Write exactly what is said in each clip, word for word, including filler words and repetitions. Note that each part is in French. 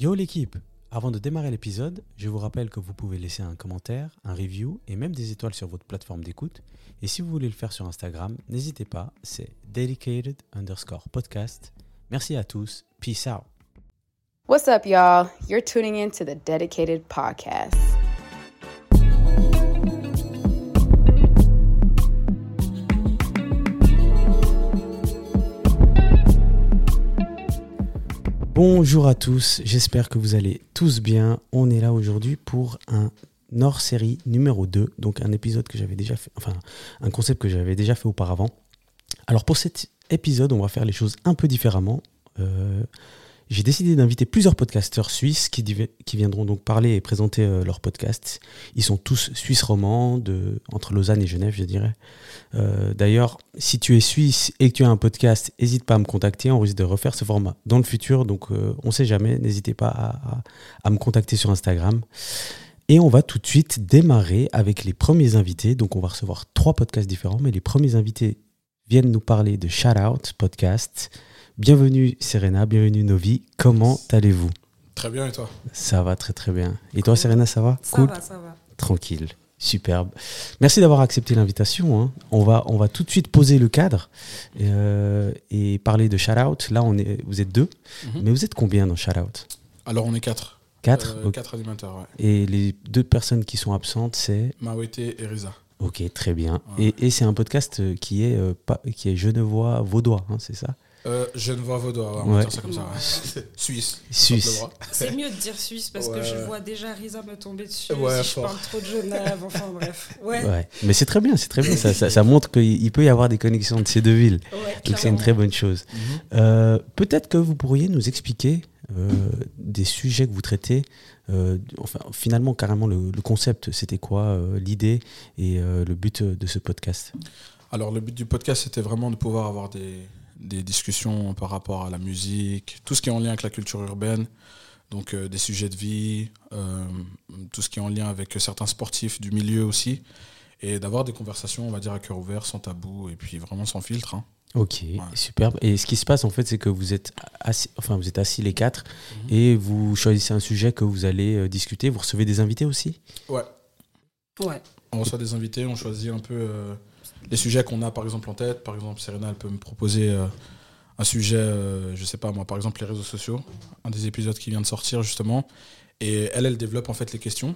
Yo l'équipe, avant de démarrer l'épisode, je vous rappelle que vous pouvez laisser un commentaire, un review et même des étoiles sur votre plateforme d'écoute. Et si vous voulez le faire sur Instagram, n'hésitez pas, c'est dedicated underscore podcast. Merci à tous, peace out. What's up, y'all? You're tuning in to the Dedicated Podcast. Bonjour à tous, j'espère que vous allez tous bien. On est là aujourd'hui pour un hors-série numéro deux, donc un épisode que j'avais déjà fait, enfin un concept que j'avais déjà fait auparavant. Alors pour cet épisode, on va faire les choses un peu différemment. Euh, j'ai décidé d'inviter plusieurs podcasteurs suisses qui, div- qui viendront donc parler et présenter euh, leur podcast. Ils sont tous suisses romands, de, entre Lausanne et Genève, je dirais. Euh, d'ailleurs, si tu es suisse et que tu as un podcast, n'hésite pas à me contacter. On risque de refaire ce format dans le futur, donc euh, on ne sait jamais. N'hésitez pas à, à, à me contacter sur Instagram. Et on va tout de suite démarrer avec les premiers invités. Donc on va recevoir trois podcasts différents, mais les premiers invités viennent nous parler de Shout Out Podcast. Bienvenue Serena, bienvenue Novi. Comment allez-vous ? Très bien, et toi ? Ça va très très bien. Et toi Serena, ça va ? Ça Cool ? va, ça va. Tranquille. Superbe. Merci d'avoir accepté l'invitation. Hein. On va, on va tout de suite poser le cadre euh, et parler de Shout Out. Là, on est, vous êtes deux, mm-hmm. mais vous êtes combien dans Shout Out ? Alors, on est quatre. Quatre euh, okay. Quatre animateurs, ouais. Et les deux personnes qui sont absentes, c'est Mawete et Riza. Ok, très bien. Ouais. Et, et c'est un podcast qui est, euh, pas, qui est genevois vaudois, hein, c'est ça ? Euh, Genevois vaudois, ouais, on va ouais. dire ça comme ça. Ouais. Suisse. Suisse. C'est mieux de dire Suisse parce ouais. que je vois déjà Riza me tomber dessus ouais, si fort. je parle trop de Genève, enfin bref. Ouais. ouais. Mais c'est très bien, c'est très bien. ça, ça, ça montre qu'il peut y avoir des connexions de ces deux villes. Ouais, donc c'est une très bonne chose. Mm-hmm. Euh, peut-être que vous pourriez nous expliquer euh, des sujets que vous traitez. Euh, enfin, finalement, carrément, le, le concept, c'était quoi, euh, l'idée et euh, le but de ce podcast ? Alors, le but du podcast, c'était vraiment de pouvoir avoir des... des discussions par rapport à la musique, tout ce qui est en lien avec la culture urbaine, donc euh, des sujets de vie, euh, tout ce qui est en lien avec certains sportifs du milieu aussi, et d'avoir des conversations, on va dire, à cœur ouvert, sans tabou, et puis vraiment sans filtre. Hein. Ok, ouais. Superbe. Et ce qui se passe, en fait, c'est que vous êtes assis, enfin, vous êtes assis les quatre, mmh. et vous choisissez un sujet que vous allez euh, discuter. Vous recevez des invités aussi ? Ouais. Ouais. On reçoit des invités, on choisit un peu... Euh, les sujets qu'on a par exemple en tête. Par exemple, Serena, elle peut me proposer euh, un sujet, euh, je sais pas moi, par exemple les réseaux sociaux, un des épisodes qui vient de sortir justement, et elle, elle développe en fait les questions,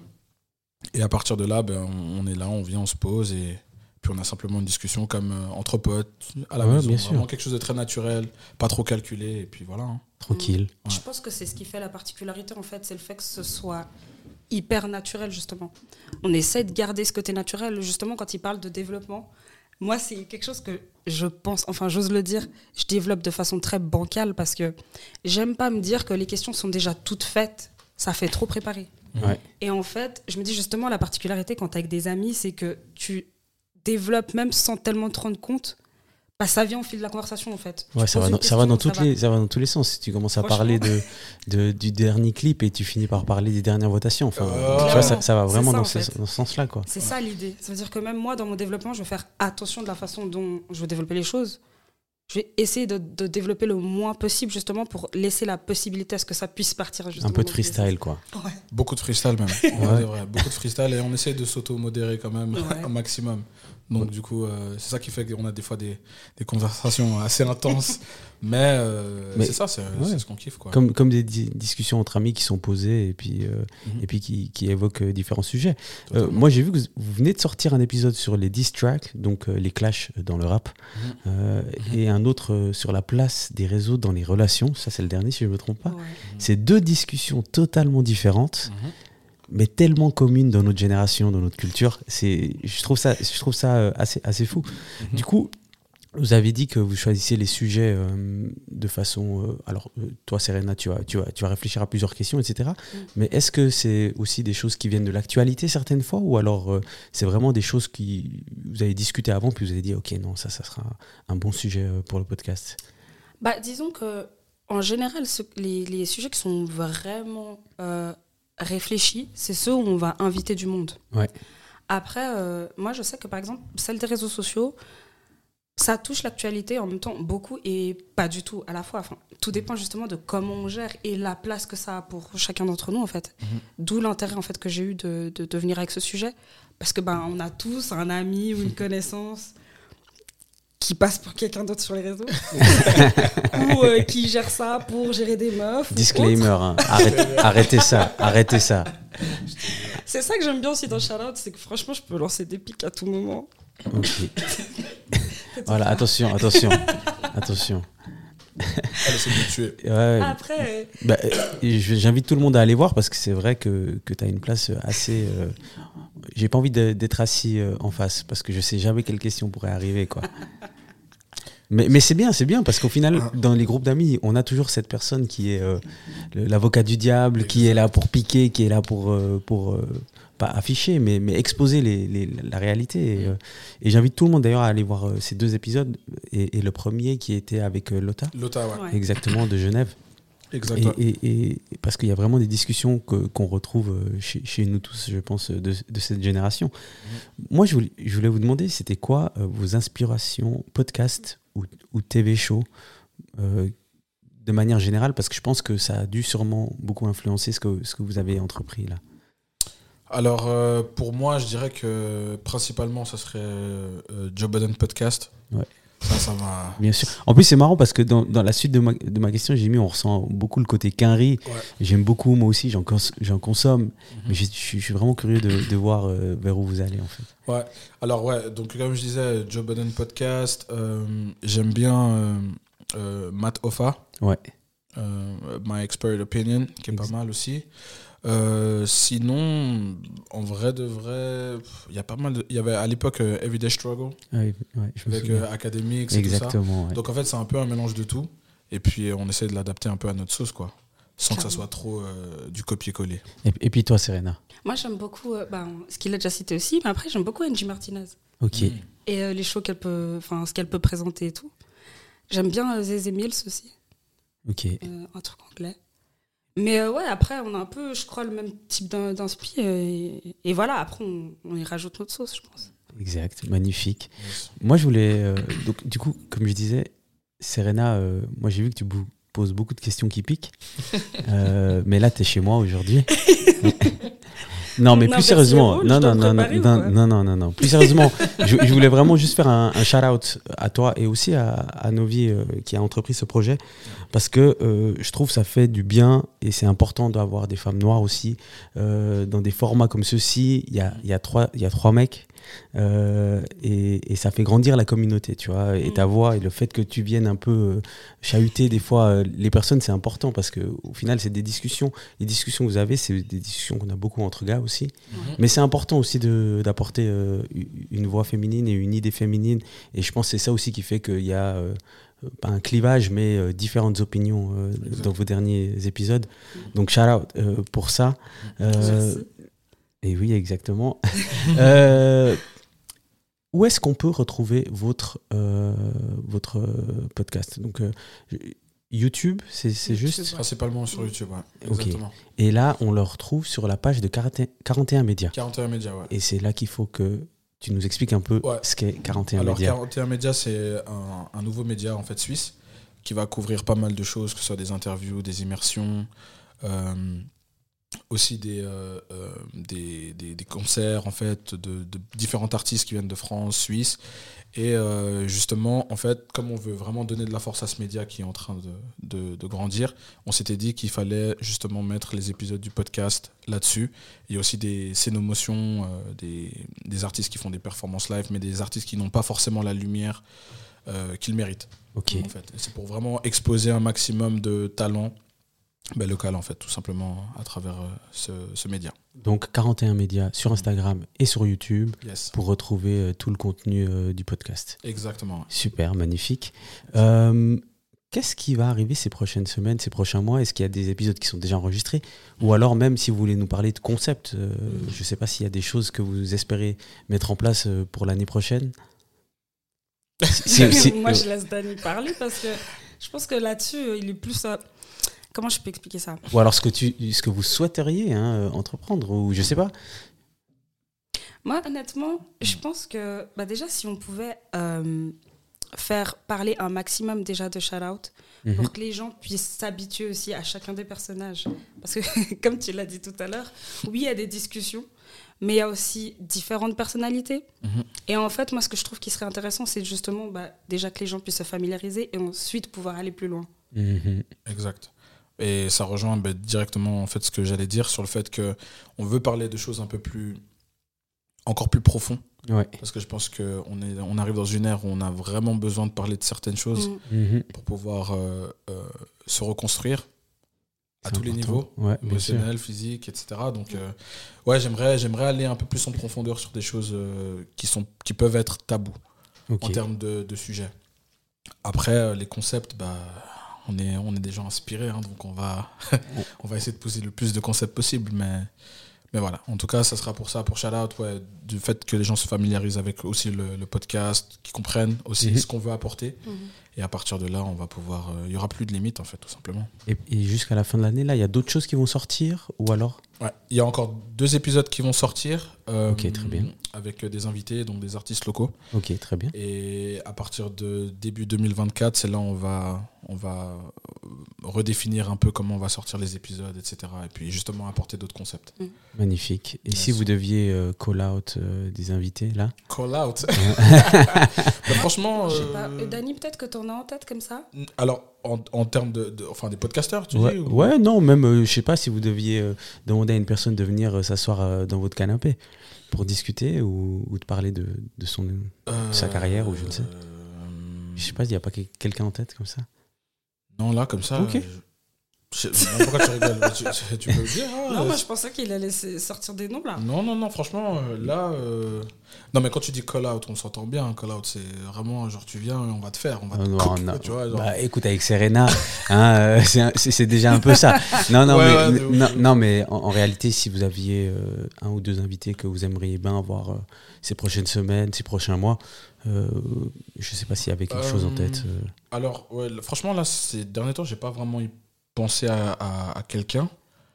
et à partir de là, ben, on, on est là, on vient, on se pose, et puis on a simplement une discussion comme euh, entre potes, à la ouais, maison, bien vraiment sûr. Quelque chose de très naturel, pas trop calculé, et puis voilà. Hein. Tranquille. Mmh. Ouais. Je pense que c'est ce qui fait la particularité en fait, c'est le fait que ce soit hyper naturel justement. On essaie de garder ce côté naturel, justement quand il parle de développement. Moi, c'est quelque chose que je pense, enfin j'ose le dire, je développe de façon très bancale parce que j'aime pas me dire que les questions sont déjà toutes faites, ça fait trop préparer. Ouais. Et en fait, je me dis justement la particularité quand t'es avec des amis, c'est que tu développes même sans tellement te rendre compte. Bah, ça vient au fil de la conversation en fait. Ouais, ça va, dans, ça, va dans toutes ça, les, va. ça va dans tous les sens. Si tu commences à parler de, de, du dernier clip et tu finis par parler des dernières votations, enfin, euh, tu vois, ça, ça va vraiment ça, dans, ce, dans ce sens-là. Quoi. C'est ouais. ça l'idée. Ça veut dire que même moi, dans mon développement, je vais faire attention de la façon dont je veux développer les choses. Je vais essayer de, de développer le moins possible justement pour laisser la possibilité à ce que ça puisse partir. Un peu de freestyle quoi. Ouais. Beaucoup de freestyle même. ouais. vrai. Beaucoup de freestyle et on essaie de s'auto-modérer quand même ouais. au maximum. Donc ouais. du coup, euh, c'est ça qui fait qu'on a des fois des, des conversations assez intenses. mais, euh, mais c'est ça, c'est, ouais. c'est ce qu'on kiffe. Quoi. Comme, comme des di- discussions entre amis qui sont posées et puis, euh, mm-hmm. et puis qui, qui évoquent euh, différents sujets. Euh, moi, j'ai vu que vous venez de sortir un épisode sur les diss tracks, donc euh, les clashs dans le rap, mm-hmm. Euh, mm-hmm. et un autre euh, sur la place des réseaux dans les relations. Ça, c'est le dernier, si je ne me trompe pas. Ouais. Mm-hmm. C'est deux discussions totalement différentes. Mm-hmm. mais tellement commune dans notre génération, dans notre culture. C'est, je trouve ça, je trouve ça euh, assez, assez fou. Mm-hmm. Du coup, vous avez dit que vous choisissiez les sujets euh, de façon... Euh, alors, euh, toi, Serena, tu vas, tu, vas, tu vas réfléchir à plusieurs questions, et cetera. Mm. Mais est-ce que c'est aussi des choses qui viennent de l'actualité certaines fois, ou alors euh, c'est vraiment des choses qui vous avez discuté avant, puis vous avez dit, OK, non, ça, ça sera un bon sujet pour le podcast? Bah, disons que en général, ce, les, les sujets qui sont vraiment... Euh, réfléchis, c'est ceux où on va inviter du monde. Ouais. Après, euh, moi, je sais que, par exemple, celle des réseaux sociaux, ça touche l'actualité en même temps beaucoup et pas du tout à la fois. Enfin, tout dépend justement de comment on gère et la place que ça a pour chacun d'entre nous en fait. Mm-hmm. D'où l'intérêt en fait que j'ai eu de, de, de venir avec ce sujet parce que ben on a tous un ami ou une connaissance qui passe pour quelqu'un d'autre sur les réseaux ou euh, qui gère ça pour gérer des meufs. Disclaimer, hein. Arrêtez, arrêtez ça, arrêtez ça. C'est ça que j'aime bien aussi dans Shoutout, c'est que franchement je peux lancer des pics à tout moment. Ok. Voilà, attention, attention, attention. Elle essaie de me tuer. Ouais, Après. Bah, j'invite tout le monde à aller voir parce que c'est vrai que, que tu as une place assez. Euh, j'ai pas envie de, d'être assis euh, en face parce que je sais jamais quelle question pourrait arriver, quoi. Mais, mais c'est bien, c'est bien parce qu'au final, dans les groupes d'amis, on a toujours cette personne qui est euh, l'avocat du diable, exactement, qui est là pour piquer, qui est là pour. Euh, pour euh, pas afficher, mais, mais exposer les, les, la réalité. Et, euh, et j'invite tout le monde d'ailleurs à aller voir euh, ces deux épisodes. Et, et le premier qui était avec euh, Lota. Lota, ouais. Exactement, de Genève. Exactement. Et, et, et parce qu'il y a vraiment des discussions que, qu'on retrouve chez, chez nous tous, je pense, de, de cette génération. Mmh. Moi, je voulais, je voulais vous demander, c'était quoi euh, vos inspirations podcast ou, ou T V show euh, de manière générale, parce que je pense que ça a dû sûrement beaucoup influencer ce que, ce que vous avez entrepris là. Alors, euh, pour moi, je dirais que principalement, ça serait euh, Joe Budden Podcast. Ouais. Ça, ça m'a... Bien sûr. En plus, c'est marrant parce que dans, dans la suite de ma, de ma question, j'ai mis, on ressent beaucoup le côté quinri. Ouais. J'aime beaucoup, moi aussi, j'en, cons- j'en consomme. Mm-hmm. Mais je suis vraiment curieux de, de voir euh, vers où vous allez, en fait. Ouais. Alors, ouais, donc comme je disais, Joe Budden Podcast. Euh, j'aime bien euh, euh, Matt Hoffa. Ouais. Euh, My Expert Opinion, qui est Ex- pas mal aussi. Euh, sinon, en vrai de vrai, il y a pas mal de. Il y avait à l'époque euh, Everyday Struggle, ouais, ouais, je avec euh, Academics et exactement, tout ça. Ouais. Donc en fait, c'est un peu un mélange de tout. Et puis on essaie de l'adapter un peu à notre sauce, quoi, sans Carrément. que ça soit trop euh, du copier-coller. Et, et puis toi, Serena? Moi, j'aime beaucoup, euh, bah, ce qu'il a déjà cité aussi, mais après, j'aime beaucoup Angie Martinez. Ok. Mmh. Et euh, les shows qu'elle peut, enfin, ce qu'elle peut présenter et tout. J'aime bien euh, Zezé Mills aussi. Ok. Euh, un truc anglais. Mais euh, ouais, après, on a un peu, je crois, le même type d'inspi. Et, et voilà, après, on, on y rajoute notre sauce, je pense. Exact, magnifique. Yes. Moi, je voulais... Euh, donc, du coup, comme je disais, Serena, euh, moi, j'ai vu que tu bou- poses beaucoup de questions qui piquent. euh, mais là, tu es chez moi aujourd'hui. Non, mais non, plus sérieusement, non, non, non, non, non, non, non, non, non, plus sérieusement, je, je voulais vraiment juste faire un, un shout-out à toi et aussi à, à Novi euh, qui a entrepris ce projet, parce que euh, je trouve que ça fait du bien et c'est important d'avoir des femmes noires aussi euh, dans des formats comme ceux-ci. Il y a, il y a trois, il y a trois mecs. Euh, et, et ça fait grandir la communauté, tu vois, et ta voix et le fait que tu viennes un peu euh, chahuter des fois euh, les personnes, c'est important parce que au final c'est des discussions, les discussions que vous avez, c'est des discussions qu'on a beaucoup entre gars aussi, mmh. mais c'est important aussi de, d'apporter euh, une voix féminine et une idée féminine, et je pense que c'est ça aussi qui fait qu'il y a euh, pas un clivage mais euh, différentes opinions euh, dans vos derniers épisodes, donc shout out euh, pour ça. euh, Et oui, exactement. euh, où est-ce qu'on peut retrouver votre, euh, votre podcast? Donc, euh, YouTube, c'est, c'est juste principalement sur YouTube, ouais. Exactement. Okay. Et là, on le retrouve sur la page de quarante et un Médias. quarante et un Médias, ouais. Et c'est là qu'il faut que tu nous expliques un peu ouais. ce qu'est quarante et un Alors, Médias. quarante et un Médias, c'est un, un nouveau média en fait suisse qui va couvrir pas mal de choses, que ce soit des interviews, des immersions. Euh, aussi des, euh, euh, des, des, des concerts en fait de, de différents artistes qui viennent de France, Suisse, et euh, justement en fait comme on veut vraiment donner de la force à ce média qui est en train de, de, de grandir, on s'était dit qu'il fallait justement mettre les épisodes du podcast là-dessus. Il y a aussi des scénomotions, euh, des, des artistes qui font des performances live, mais des artistes qui n'ont pas forcément la lumière euh, qu'ils méritent. Okay. En fait. Et c'est pour vraiment exposer un maximum de talents ben, local en fait, tout simplement à travers euh, ce, ce média. Donc quarante et un Médias sur Instagram et sur YouTube, yes. pour retrouver euh, tout le contenu euh, du podcast. Exactement. Super, magnifique. Euh, qu'est-ce qui va arriver ces prochaines semaines, ces prochains mois? Est-ce qu'il y a des épisodes qui sont déjà enregistrés? Ou alors même si vous voulez nous parler de concept, euh, mm. je ne sais pas s'il y a des choses que vous espérez mettre en place euh, pour l'année prochaine. si, si, Moi, je laisse Dani parler parce que je pense que là-dessus, il est plus... Euh... Comment je peux expliquer ça? Ou alors ce que, tu, ce que vous souhaiteriez hein, entreprendre, ou je sais pas. Moi, honnêtement, je pense que bah déjà, si on pouvait euh, faire parler un maximum déjà de shout-out Mhm. pour que les gens puissent s'habituer aussi à chacun des personnages. Parce que, comme tu l'as dit tout à l'heure, oui, il y a des discussions, mais il y a aussi différentes personnalités. Mhm. Et en fait, moi, ce que je trouve qui serait intéressant, c'est justement bah, déjà que les gens puissent se familiariser et ensuite pouvoir aller plus loin. Mhm. Exact. Et ça rejoint ben, directement en fait ce que j'allais dire sur le fait que on veut parler de choses un peu plus, encore plus profondes. Ouais. Parce que je pense qu'on est, on arrive dans une ère où on a vraiment besoin de parler de certaines choses Mm. Mhm. pour pouvoir euh, euh, se reconstruire à C'est tous les important. niveaux, Ouais, bien sûr. émotionnel, physique, et cetera. Donc, euh, ouais, j'aimerais, j'aimerais aller un peu plus en profondeur sur des choses euh, qui, sont, qui peuvent être tabous Ok. en termes de, de sujets. Après, euh, les concepts, bah, on est, on est des gens inspirés, hein, donc on va, on va essayer de pousser le plus de concepts possible, mais, mais voilà. En tout cas, ça sera pour ça, pour Shout Out, ouais, du fait que les gens se familiarisent avec aussi le, le podcast, qu'ils comprennent aussi Mhm. ce qu'on veut apporter, Mhm. et à partir de là, on va pouvoir, il euh, y aura plus de limites en fait, tout simplement. Et, et jusqu'à la fin de l'année, là, il y a d'autres choses qui vont sortir ou alors Ouais, il y a encore deux épisodes qui vont sortir, euh, Ok, très bien. avec des invités, donc des artistes locaux. Ok, très bien. Et à partir de début deux mille vingt-quatre, c'est là où on va, on va redéfinir un peu comment on va sortir les épisodes, et cetera. Et puis justement apporter d'autres concepts. Magnifique. Et Yes. si vous deviez euh, call out euh, des invités, là Call out. Mais franchement, Je sais euh, pas. Euh, Dani, peut-être que tu en as en tête comme ça. alors en, en termes de, de- enfin des podcasteurs, tu ouais, dis ou- ouais, non, même, euh, je sais pas si vous deviez euh, demander à une personne de venir euh, s'asseoir euh, dans votre canapé pour discuter ou, ou de parler de, de son, Euh, sa carrière ou je ne sais. euh, Je sais pas, il n'y a pas quel- quelqu'un en tête comme ça. Non, là, comme ça. Ok. euh, je- je- pourquoi tu rigoles tu, tu- tu peux le dire hein, Non, euh, moi, je pensais qu'il allait se- sortir des noms là. Non, non, non, franchement, euh, là. euh, Non, mais quand tu dis call out, on s'entend bien. Call out, c'est vraiment genre tu viens et on va te faire. On va Oh, te non, cook, non. tu vois, genre. Bah, écoute, avec Serena, hein, euh, c'est un- c'est c'est déjà un peu ça. Non, non, Ouais, mais, ouais, de mais- ouf, non, de ouf. non, mais en, en réalité, si vous aviez euh, un ou deux invités que vous aimeriez bien avoir euh, ces prochaines semaines, ces prochains mois, euh, je sais pas s'il y avait quelque chose en Euh, tête. euh. Alors, ouais, le- franchement, là, ces derniers temps, j'ai pas vraiment y pensé à, à- à quelqu'un.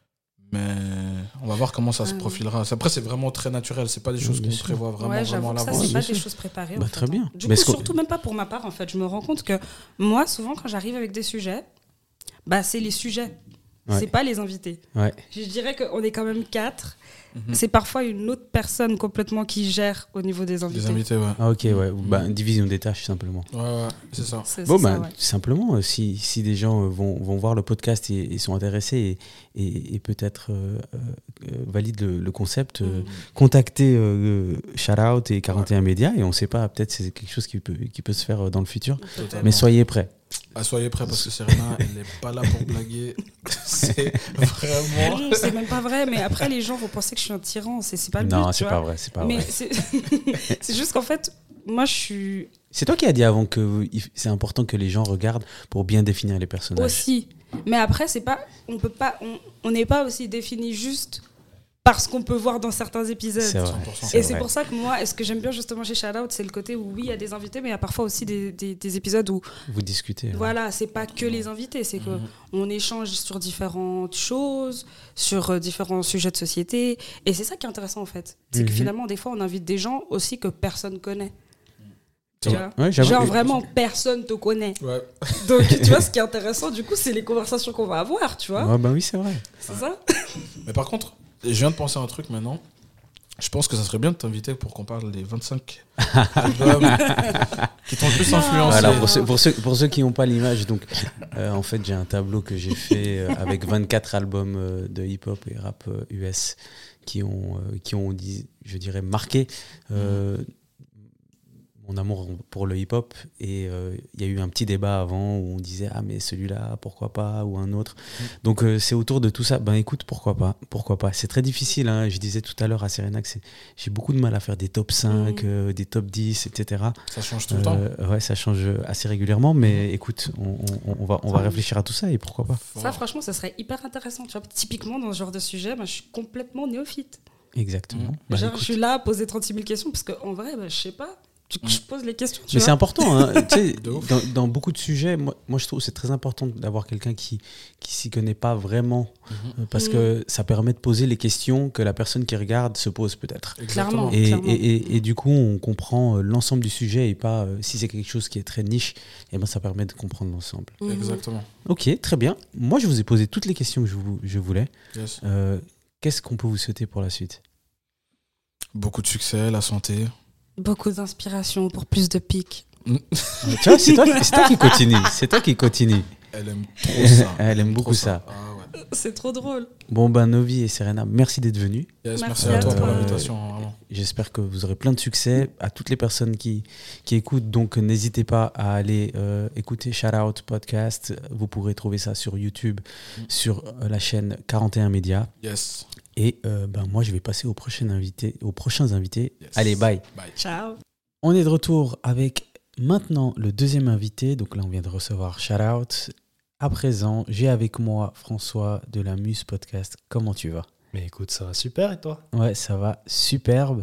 Mais on va voir comment ça se Ah, profilera. Après, c'est vraiment très naturel. C'est pas des choses bien qu'on sûr. prévoit vraiment, Ouais, vraiment j'avoue à que ça, l'avance. c'est Ouais, pas bien des sûr. choses préparées. Bah, en fait, très bien. hein. Du Mais coup, ce qu'on- surtout même pas pour ma part, en fait. Je me rends compte que moi, souvent, quand j'arrive avec des sujets, bah, c'est les sujets. Ouais. C'est pas les invités. Ouais. Je dirais qu'on est quand même quatre. Mhm. C'est parfois une autre personne complètement qui gère au niveau des invités. Des invités, ouais. Ah, ok, ouais. ou bah, division des tâches, simplement. Ouais, ouais, c'est ça. C'est Bon, c'est bah, ça, ouais. simplement, euh, si, si des gens euh, vont, vont voir le podcast et, et sont intéressés et, et, et peut-être euh, euh, euh, valident le, le concept, euh, Mhm. contactez euh, Shoutout et quarante et un Médias et on ne sait pas, peut-être c'est quelque chose qui peut, qui peut se faire euh, dans le futur. Totalement. Mais soyez prêts. Ah, soyez prêts parce que Serena, elle n'est pas là pour blaguer. C'est vraiment. Non, c'est même pas vrai, mais après, les gens vont penser que je suis un tyran. C'est c'est pas le but. Non, tu c'est vois. pas vrai, c'est pas Mais vrai. c'est c'est juste qu'en fait, moi, je suis C'est toi qui as dit avant que il- c'est important que les gens regardent pour bien définir les personnages. aussi. Mais après, c'est pas, on peut pas, on on n'est pas aussi défini juste parce qu'on peut voir dans certains épisodes. C'est vrai. cent pour cent. Et c'est vrai. pour ça que moi, ce que j'aime bien justement chez Shoutout, c'est le côté où oui, il y a des invités, mais il y a parfois aussi des, des, des épisodes où, Vous discutez. hein. voilà, c'est pas que les invités, c'est que Mhm. on échange sur différentes choses, sur euh, différents sujets de société. Et c'est ça qui est intéressant en fait. C'est que Mhm. finalement, des fois, on invite des gens aussi que personne connaît. C'est Tu vrai. vois Ouais, j'avoue Genre que- vraiment, personne te connaît. Ouais. Donc, tu vois, ce qui est intéressant, du coup, c'est les conversations qu'on va avoir, tu vois. Ouais, bah oui, c'est vrai. C'est ça. Mais par contre, je viens de penser à un truc maintenant. Je pense que ça serait bien de t'inviter pour qu'on parle des vingt-cinq albums qui t'ont le plus Non. influencé. Voilà, pour ceux, pour ceux, pour ceux qui n'ont pas l'image, donc euh, en fait j'ai un tableau que j'ai fait euh, avec vingt-quatre albums euh, de hip-hop et rap euh, U S qui ont, euh, qui ont dis- je dirais, marqué euh, mon amour pour le hip-hop. Et euh, il y a eu un petit débat avant où on disait ah mais celui-là pourquoi pas ou un autre. Donc euh, c'est autour de tout ça. Ben écoute, pourquoi pas, pourquoi pas. C'est très difficile. Hein. Je disais tout à l'heure à Serena que c'est- j'ai beaucoup de mal à faire des top cinq, Mhm. euh, des top dix, et cetera. Ça change tout le temps. Euh, ouais, ça change assez régulièrement, mais écoute, on, on- on va, on va réfléchir à tout ça et pourquoi pas. Ça, franchement, ça serait hyper intéressant. Tu vois, typiquement, dans ce genre de sujet, moi, je suis complètement néophyte. Exactement. Mhm. Bah, Genre, écoute, je suis là à poser trente-six mille questions parce qu'en vrai, bah, je sais pas. Tu, je pose les questions. Tu Mais vois. c'est important, hein. Tu sais, De ouf. dans, dans beaucoup de sujets, moi, moi je trouve que c'est très important d'avoir quelqu'un qui qui s'y connaît pas vraiment, Mhm. euh, parce Mhm. que ça permet de poser les questions que la personne qui regarde se pose peut-être. Exactement. Clairement. Et, clairement. et, et, et du coup, on comprend euh, l'ensemble du sujet et pas euh, si c'est quelque chose qui est très niche, et ben ça permet de comprendre l'ensemble. Mhm. Exactement. Ok, très bien. Moi, je vous ai posé toutes les questions que je, vous, je voulais. Yes. Euh, Qu'est-ce qu'on peut vous souhaiter pour la suite? Beaucoup de succès, la santé. Beaucoup d'inspiration pour plus de pics. Euh, Tu vois, c'est toi, c'est toi qui continue. C'est toi qui continue. Elle aime trop ça. Elle aime Trop beaucoup ça. Ah ouais. C'est trop drôle. Bon, ben, Novi et Serena, merci d'être venus. Yes, Merci merci à à toi toi. pour l'invitation. Vraiment. J'espère que vous aurez plein de succès. À toutes les personnes qui, qui écoutent, donc n'hésitez pas à aller euh, écouter Shout Out Podcast. Vous pourrez trouver ça sur YouTube, Mm. sur euh, la chaîne quarante et un Médias. Yes. Et euh, ben, moi, je vais passer aux prochains invités. Aux prochains invités. Yes. Allez, bye. Bye. Ciao. On est de retour avec maintenant le deuxième invité. Donc là, on vient de recevoir Shout Out. À présent, j'ai avec moi François de la Muse Podcast. Comment tu vas? Mais écoute, ça va super et toi? Ouais, ça va, superbe.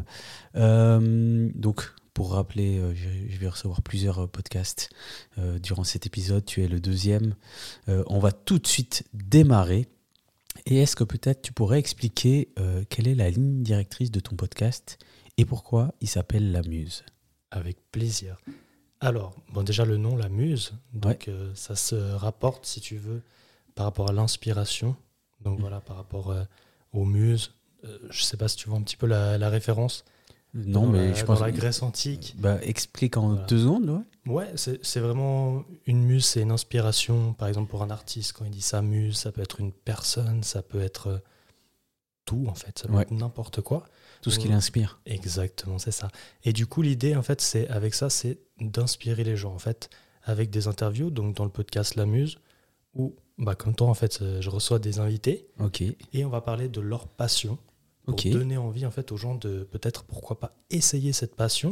Euh, donc, pour rappeler, euh, je, je vais recevoir plusieurs euh, podcasts euh, durant cet épisode. Tu es le deuxième. Euh, on va tout de suite démarrer. Et est-ce que peut-être tu pourrais expliquer euh, quelle est la ligne directrice de ton podcast et pourquoi il s'appelle La Muse? Avec plaisir. Alors, bon, déjà le nom, la muse, donc euh, ça se rapporte, si tu veux, par rapport à l'inspiration. Donc Mm. voilà, par rapport euh, aux muses. Euh, je sais pas si tu vois un petit peu la, la référence. Non, dans mais la, je pense. dans la Grèce antique. Bah, explique en Voilà. deux secondes, ouais. Ouais, c'est c'est vraiment une muse, c'est une inspiration. Par exemple, pour un artiste, quand il dit sa muse, ça peut être une personne, ça peut être euh, tout en fait, ça peut Ouais. être n'importe quoi. Tout ce qui Ouais. l'inspire. Exactement, c'est ça. Et du coup, l'idée, en fait, c'est avec ça, c'est d'inspirer les gens, en fait, avec des interviews, donc dans le podcast La Muse, où, bah, comme toi, en fait, euh, je reçois des invités Ok, et on va parler de leur passion pour ok. donner envie, en fait, aux gens de peut-être, pourquoi pas, essayer cette passion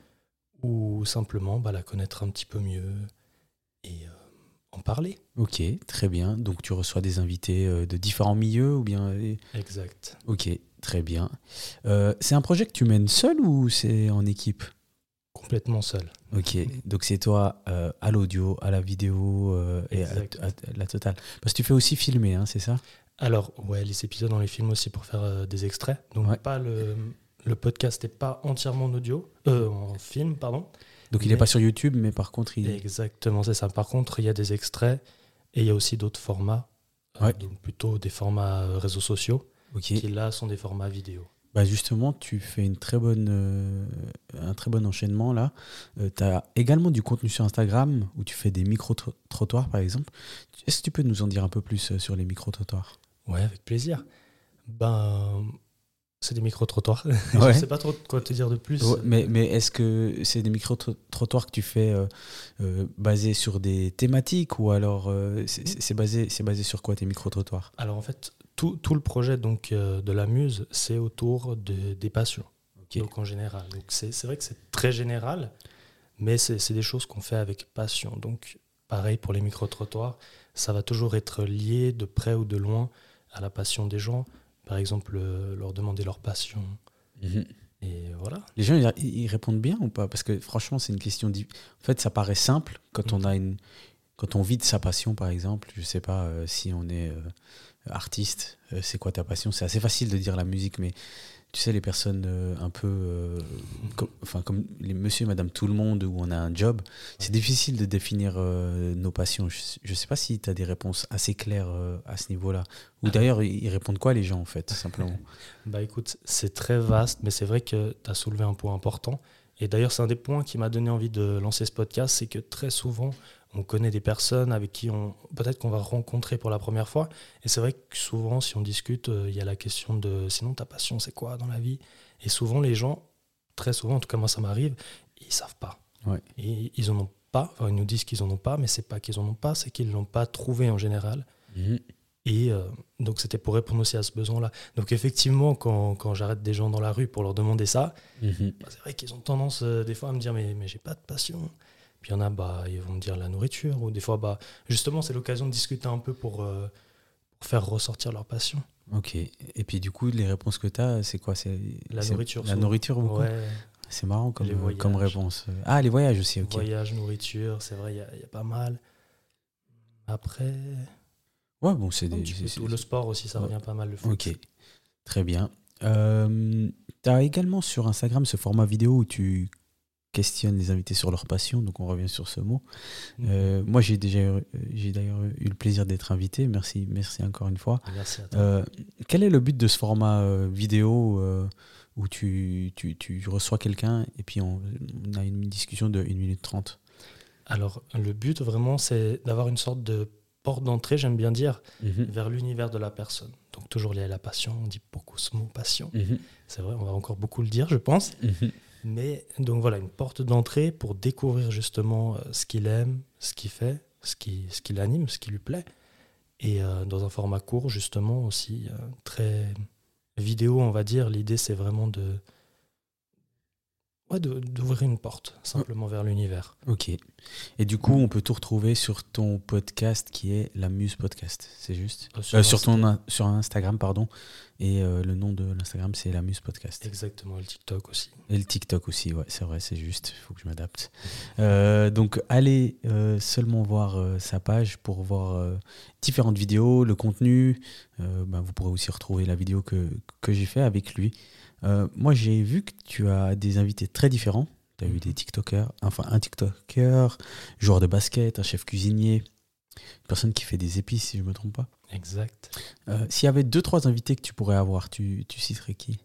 ou simplement bah, la connaître un petit peu mieux et euh, en parler. Ok, très bien. Donc, tu reçois des invités euh, de différents milieux ou bien. euh, Exact. Ok, très bien. Euh, c'est un projet que tu mènes seul ou c'est en équipe? Complètement seul. Ok, donc c'est toi euh, à l'audio, à la vidéo euh, et à, Exact. à- à la totale. Parce que tu fais aussi filmer, hein, c'est ça? Alors, ouais, les épisodes, on les filme aussi pour faire euh, des extraits. Donc, Ouais. pas le, le podcast n'est pas entièrement en audio, euh, en film, pardon. Donc il Mais- n'est pas sur YouTube, mais par contre, il est. Exactement, c'est ça. Par contre, il y a des extraits et il y a aussi d'autres formats, euh, Ouais. donc plutôt des formats euh, réseaux sociaux, Ok. qui là sont des formats vidéo. Bah justement, tu fais une très bonne, euh, un très bon enchaînement là. tu as également du contenu sur Instagram où tu fais des micro-trottoirs par exemple. Est-ce que tu peux nous en dire un peu plus euh, sur les micro-trottoirs? Ouais, avec plaisir. Ben, c'est des micro-trottoirs. Je Ouais. ne sais pas trop quoi te dire de plus. Ouais, mais mais est-ce que c'est des micro-trottoirs que tu fais euh, euh, basés sur des thématiques ou alors euh, c'est c'est- c'est basé, c'est basé sur quoi tes micro-trottoirs? Alors en fait, tout, tout le projet donc, euh, de la Muse, c'est autour de, des passions. Ok. Donc en général. Donc c'est c'est vrai que c'est très général, mais c'est c'est des choses qu'on fait avec passion. Donc pareil pour les micro-trottoirs, ça va toujours être lié de près ou de loin à la passion des gens. Par exemple, euh, leur demander leur passion. Mhm. Et voilà. Les gens, ils, ils répondent bien ou pas? Parce que franchement, c'est une question. di- En fait, ça paraît simple quand on a une, quand on vit de sa passion, par exemple. Je sais pas euh, si on est euh, artiste, euh, c'est quoi ta passion? C'est assez facile de dire la musique, mais tu sais, les personnes euh, un peu, euh, com- enfin comme les Monsieur et Madame Tout le Monde où on a un job, c'est difficile de définir euh, nos passions. Je, je sais pas si tu as des réponses assez claires euh, à ce niveau-là. Ou Ah. d'ailleurs, ils ils répondent quoi les gens en fait, simplement? Bah écoute, c'est très vaste, mais c'est vrai que tu as soulevé un point important. Et d'ailleurs, c'est un des points qui m'a donné envie de lancer ce podcast, c'est que très souvent, on connaît des personnes avec qui on peut-être qu'on va rencontrer pour la première fois. Et c'est vrai que souvent, si on discute, euh, il y a la question de sinon ta passion, c'est quoi dans la vie? Et souvent, les gens, très souvent, en tout cas moi ça m'arrive, ils savent pas. Ouais. Et ils en ont pas. Enfin, ils nous disent qu'ils en ont pas, mais c'est pas qu'ils en ont pas, c'est qu'ils l'ont pas trouvé en général. Mhm. Et euh, donc, c'était pour répondre aussi à ce besoin-là. Donc, effectivement, quand, quand j'arrête des gens dans la rue pour leur demander ça, Mhm. bah, c'est vrai qu'ils ont tendance euh, des fois à me dire mais, mais j'ai pas de passion. Puis il y en a, bah, ils vont me dire la nourriture. Ou des fois, bah, justement, c'est l'occasion de discuter un peu pour, euh, pour faire ressortir leur passion. Ok. Et puis du coup, les réponses que tu as, c'est quoi? C'est La c'est nourriture, La souvent. nourriture beaucoup? Ouais, C'est marrant comme, Les euh, voyages. comme réponse. Ah, les voyages aussi, ok. Voyage, nourriture, c'est vrai, il y, a- il y a pas mal. Après, Ouais, bon, c'est un des. petit peu c'est- tout. Le sport aussi, ça Ouais. revient pas mal, le foot. Ok, très bien. Euh, tu as également sur Instagram ce format vidéo où tu questionnes les invités sur leur passion, donc on revient sur ce mot. Mhm. Euh, moi, j'ai déjà eu- j'ai d'ailleurs eu le plaisir d'être invité. Merci, merci encore une fois. Merci à toi. Euh, quel est le but de ce format euh, vidéo euh, où tu, tu, tu reçois quelqu'un et puis on, on a une discussion de une minute trente? Alors, le but vraiment, c'est d'avoir une sorte de porte d'entrée, j'aime bien dire, vers l'univers de la personne. Donc, toujours lié à la passion. On dit beaucoup ce mot passion. Mhm. C'est vrai, on va encore beaucoup le dire, je pense. Mhm. Mais donc voilà, une porte d'entrée pour découvrir justement euh, ce qu'il aime, ce qu'il fait, ce qui, ce qui l'anime, ce qui lui plaît. Et euh, dans un format court, justement, aussi euh, très vidéo, on va dire. L'idée, c'est vraiment de, ouais, de, d'ouvrir une porte, simplement vers l'univers. Ok. Et du coup, on peut tout retrouver sur ton podcast qui est La Muse Podcast, c'est juste Euh, Euh, sur, Insta- ton, in- sur Instagram, pardon. Et euh, le nom de l'Instagram, c'est La Muse Podcast. Exactement, le TikTok aussi. Et le TikTok aussi, ouais, c'est vrai, c'est juste, il faut que je m'adapte. Euh, donc, allez euh, seulement voir euh, sa page pour voir euh, différentes vidéos, le contenu. Euh, ben, vous pourrez aussi retrouver la vidéo que, que j'ai fait avec lui. Euh, moi, j'ai vu que tu as des invités très différents. Tu as eu des TikTokers, enfin un TikToker, joueur de basket, un chef cuisinier, une personne qui fait des épices, si je ne me trompe pas. Exact. Euh, S'il y avait deux, trois invités que tu pourrais avoir, tu, tu citerais qui?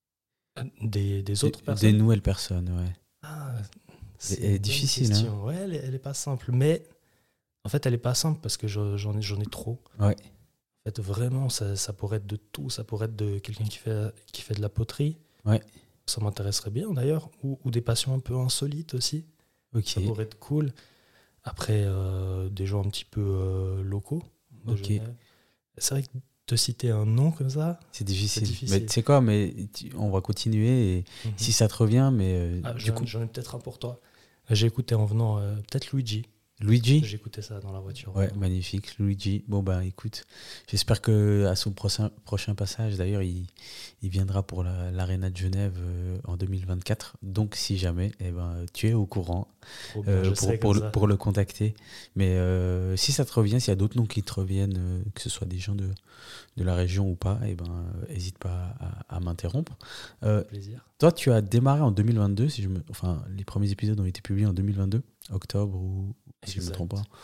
Des, des autres Des- personnes. Des nouvelles personnes, ouais. Ah, c'est Elle est une bonne difficile, question. Ouais, elle, est- elle est pas simple. Mais en fait, elle est pas simple parce que je- j'en ai, j'en ai trop. Ouais. En fait, vraiment, ça, ça pourrait être de tout. Ça pourrait être de quelqu'un qui fait, qui fait de la poterie. Ouais. Ça m'intéresserait bien d'ailleurs. Ou, ou des passions un peu insolites aussi. Ok. Ça pourrait être cool. Après, euh, des gens un petit peu euh, locaux. de Ok. Genève. C'est vrai que te citer un nom comme ça. C'est difficile. difficile. Mais tu sais quoi, mais tu- on va continuer et Mhm. si ça te revient, mais euh, Ah, du j'en, coup, j'en ai peut-être un pour toi. J'ai écouté en venant, euh, peut-être Luigi. Luigi. J'ai écouté ça dans la voiture. Ouais, magnifique, Luigi. Bon bah écoute, j'espère que à son prochain prochain passage, d'ailleurs, il, il viendra pour la- l'Arena de Genève euh, en deux mille vingt-quatre. Donc si jamais, eh ben tu es au courant Trop bien, euh, je pour, serai pour, comme le, ça. pour le contacter. Mais euh, si ça te revient, s'il y a d'autres noms qui te reviennent, euh, que ce soit des gens de, de la région ou pas, eh ben euh, hésite pas à, à m'interrompre. Euh, Plaisir. Toi, tu as démarré en deux mille vingt-deux, si je me... enfin, les premiers épisodes ont été publiés en deux mille vingt-deux, octobre ou si je ne me Exact. trompe pas.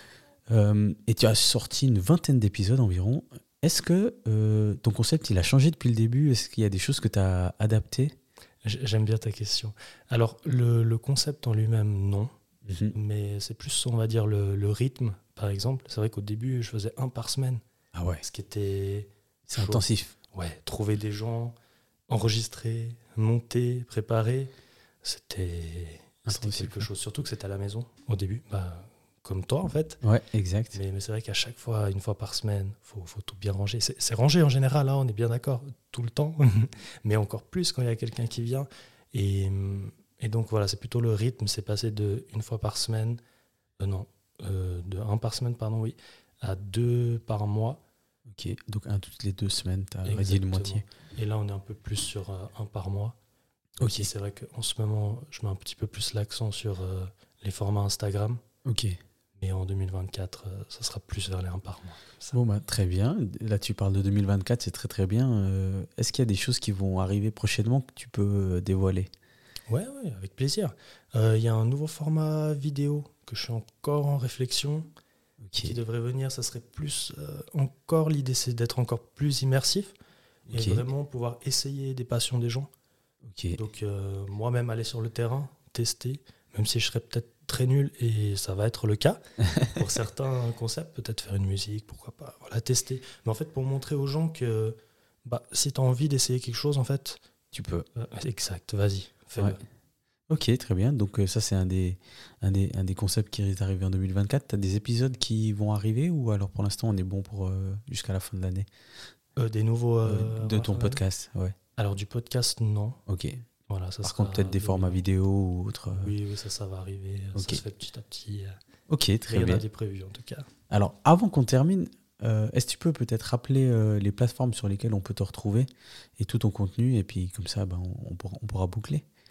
Euh, et tu as sorti une vingtaine d'épisodes environ. Est-ce que euh, ton concept, il a changé depuis le début? Est-ce qu'il y a des choses que tu as adaptées? J- J'aime bien ta question. Alors, le, le concept en lui-même, non. Mhm. Mais c'est plus, on va dire, le, le rythme, par exemple. C'est vrai qu'au début, je faisais un par semaine. Ah ouais, Ce qui était c'est chaud. intensif. Ouais, trouver des gens, enregistrer, monter, préparer. C'était c'était Intensif, quelque ouais. chose. Surtout que c'était à la maison au début. Bah, comme toi, en fait. Ouais, exact. Mais, mais c'est vrai qu'à chaque fois, une fois par semaine, il faut, faut tout bien ranger. C'est c'est rangé en général, hein, on est bien d'accord, tout le temps. Mais encore plus quand il y a quelqu'un qui vient. Et, et donc voilà, c'est plutôt le rythme. C'est passé de une fois par semaine, euh, non, euh, de un par semaine, pardon, oui, à deux par mois. Ok, donc un toutes les deux semaines, tu as réduit de Exactement. moitié. Et là, on est un peu plus sur euh, un par mois. Ok. Et c'est vrai qu'en ce moment, je mets un petit peu plus l'accent sur euh, les formats Instagram. Ok. Mais en deux mille vingt-quatre, euh, ça sera plus vers les un par mois. Ça. Bon, bah, très bien. Là, tu parles de deux mille vingt-quatre, c'est très très bien. Euh, Est-ce qu'il y a des choses qui vont arriver prochainement que tu peux euh, dévoiler? Ouais, ouais, avec plaisir. Euh, Il y a un nouveau format vidéo que je suis encore en réflexion, qui Ok. devrait venir. Ça serait plus euh, encore, l'idée c'est d'être encore plus immersif Ok. et vraiment pouvoir essayer des passions des gens. Ok. Donc euh, moi-même aller sur le terrain, tester, même si je serais peut-être très nul et ça va être le cas pour certains concepts, peut-être faire une musique, pourquoi pas, voilà, tester. Mais en fait, pour montrer aux gens que bah, si tu as envie d'essayer quelque chose, en fait, Tu peux. euh, exact, vas-y, fais-le. Ouais. Ok, très bien. Donc euh, ça, c'est un des, un, des, un des concepts qui risque d'arriver en deux mille vingt-quatre. Tu as des épisodes qui vont arriver ou alors pour l'instant, on est bon pour euh, jusqu'à la fin de l'année Euh, des nouveaux. Euh, euh, de avant ton la fin podcast, ouais. l'année. Alors, du podcast, non. Ok. Voilà, ça Par sera contre, peut-être des de- formats vidéo ou autre. euh. Oui, oui, ça, ça va arriver. Ok. Ça se fait petit à petit. euh, Ok, Mais très il y en bien. a des prévus, en tout cas. Alors, avant qu'on termine, euh, est-ce que tu peux peut-être rappeler euh, les plateformes sur lesquelles on peut te retrouver et tout ton contenu et puis comme ça, ben, on, on pourra, on pourra boucler.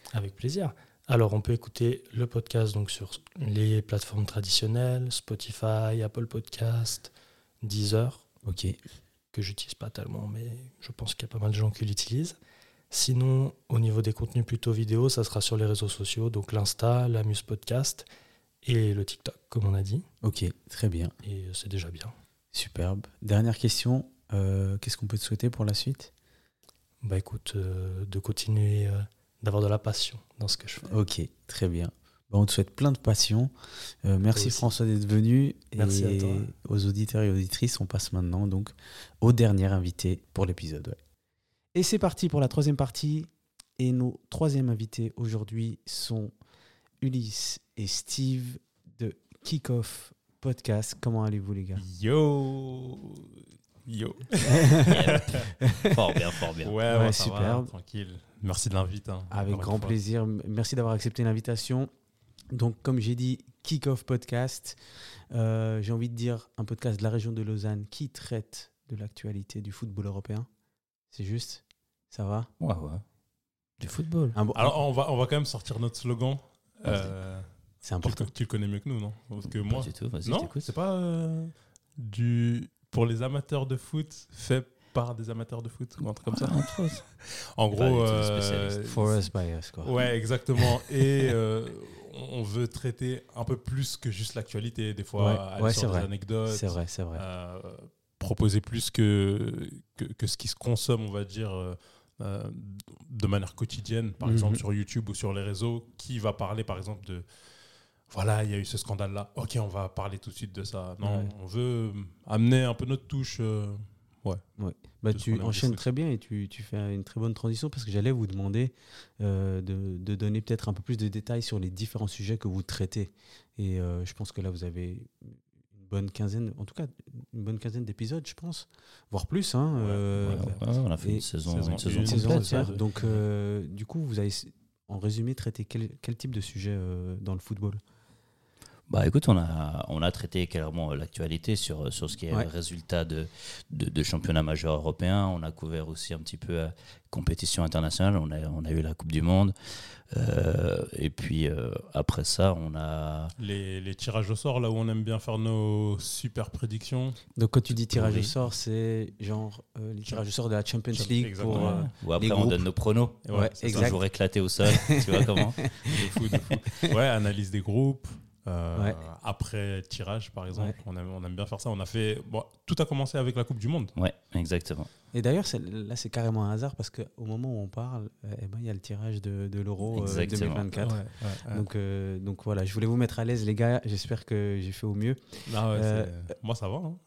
Avec plaisir. Alors, on peut écouter le podcast donc, sur les plateformes traditionnelles, Spotify, Apple Podcast, Deezer, Ok. que j'utilise pas tellement, mais je pense qu'il y a pas mal de gens qui l'utilisent. Sinon, au niveau des contenus plutôt vidéo, ça sera sur les réseaux sociaux, donc l'Insta, la Muse Podcast et le TikTok, comme on a dit. Ok, très bien. Et c'est déjà bien. Superbe. Dernière question. Euh, qu'est-ce qu'on peut te souhaiter pour la suite? Bah écoute, euh, de continuer, euh, d'avoir de la passion dans ce que je fais. Ok, très bien. Bon, on te souhaite plein de passion. Euh, merci aussi. François d'être venu. Merci et à toi. aux auditeurs et auditrices, on passe maintenant donc au dernier invité pour l'épisode. Ouais. Et c'est parti pour la troisième partie. Et nos troisièmes invités aujourd'hui sont Ulysse et Steve de Kick-Off Podcast. Comment allez-vous les gars? Yo Yo Fort bien, fort bien. Ouais, Ouais, ouais, ça superbe. va, tranquille. Merci de l'invite. Hein, Avec encore une grand fois. plaisir. M- Merci d'avoir accepté l'invitation. Donc, comme j'ai dit, Kick-Off Podcast. Euh, j'ai envie de dire un podcast de la région de Lausanne qui traite de l'actualité du football européen. C'est juste? Ça va? Ouais, ouais. Du football. Un bon- Alors, on va, on va quand même sortir notre slogan. Euh, c'est tu, le, important. tu le connais mieux que nous, non? Parce que moi. Pas du tout, vas-y, je Non, t'écoute. c'est pas euh, du. Pour les amateurs de foot, fait par des amateurs de foot ou un truc comme ça. Entre autres. En Pas gros. du tout euh, spécialiste. For us, by us, quoi. Ouais, exactement. Et euh, on veut traiter un peu plus que juste l'actualité. Des fois, Ouais, aller ouais, sur c'est des vrai. anecdotes. C'est vrai, c'est vrai. euh, proposer plus que, que, que ce qui se consomme, on va dire, euh, euh, de manière quotidienne, par Mhm. exemple sur YouTube ou sur les réseaux, qui va parler, par exemple, de voilà, il y a eu ce scandale-là, ok, on va parler tout de suite de ça. Non, Ouais. on veut amener un peu notre touche. euh, ouais. Ouais. Bah, Tout ce tu qu'on aime enchaînes du foot. très bien et tu, tu fais une très bonne transition parce que j'allais vous demander euh, de, de donner peut-être un peu plus de détails sur les différents sujets que vous traitez. Et euh, je pense que là, vous avez une bonne quinzaine, en tout cas, une bonne quinzaine d'épisodes, je pense, voire plus. Hein, Ouais, euh, Ouais, ouais, on a fait et une saison, saison une saison une, une saison complète. entière. ouais. Donc, euh, du coup, vous avez, en résumé, traité quel, quel type de sujet euh, dans le football? Bah écoute, on a, on a traité clairement l'actualité sur, sur ce qui est Ouais. le résultat de, de, de championnat majeur européen. On a couvert aussi un petit peu la compétition internationale. On a, on a eu la Coupe du Monde. Euh, et puis euh, après ça, on a... Les, les tirages au sort, là où on aime bien faire nos super prédictions. Donc, quand tu dis tirage Oui. au sort, c'est genre euh, les tirages au sort de la Champions Champions, League exactement. pour. euh, Ou après, les on groupes. donne nos pronos. Et Ouais, c'est ça. exact. Toujours éclaté au sol. Tu vois comment? De fou, de fou. Ouais, analyse des groupes. euh, Ouais. Après tirage, par exemple. Ouais. On, aime, on aime bien faire ça. On a fait. Bon, tout a commencé avec la Coupe du Monde. Ouais, exactement. Et d'ailleurs, c'est- là, c'est carrément un hasard parce qu'au moment où on parle, euh, eh ben, il y a le tirage de, de l'Euro euh, Exactement. deux mille vingt-quatre. Ouais, ouais, ouais. Donc, euh, donc voilà, je voulais vous mettre à l'aise, les gars. J'espère que j'ai fait au mieux. Ah ouais, Euh, c'est- Moi, ça va. Hein.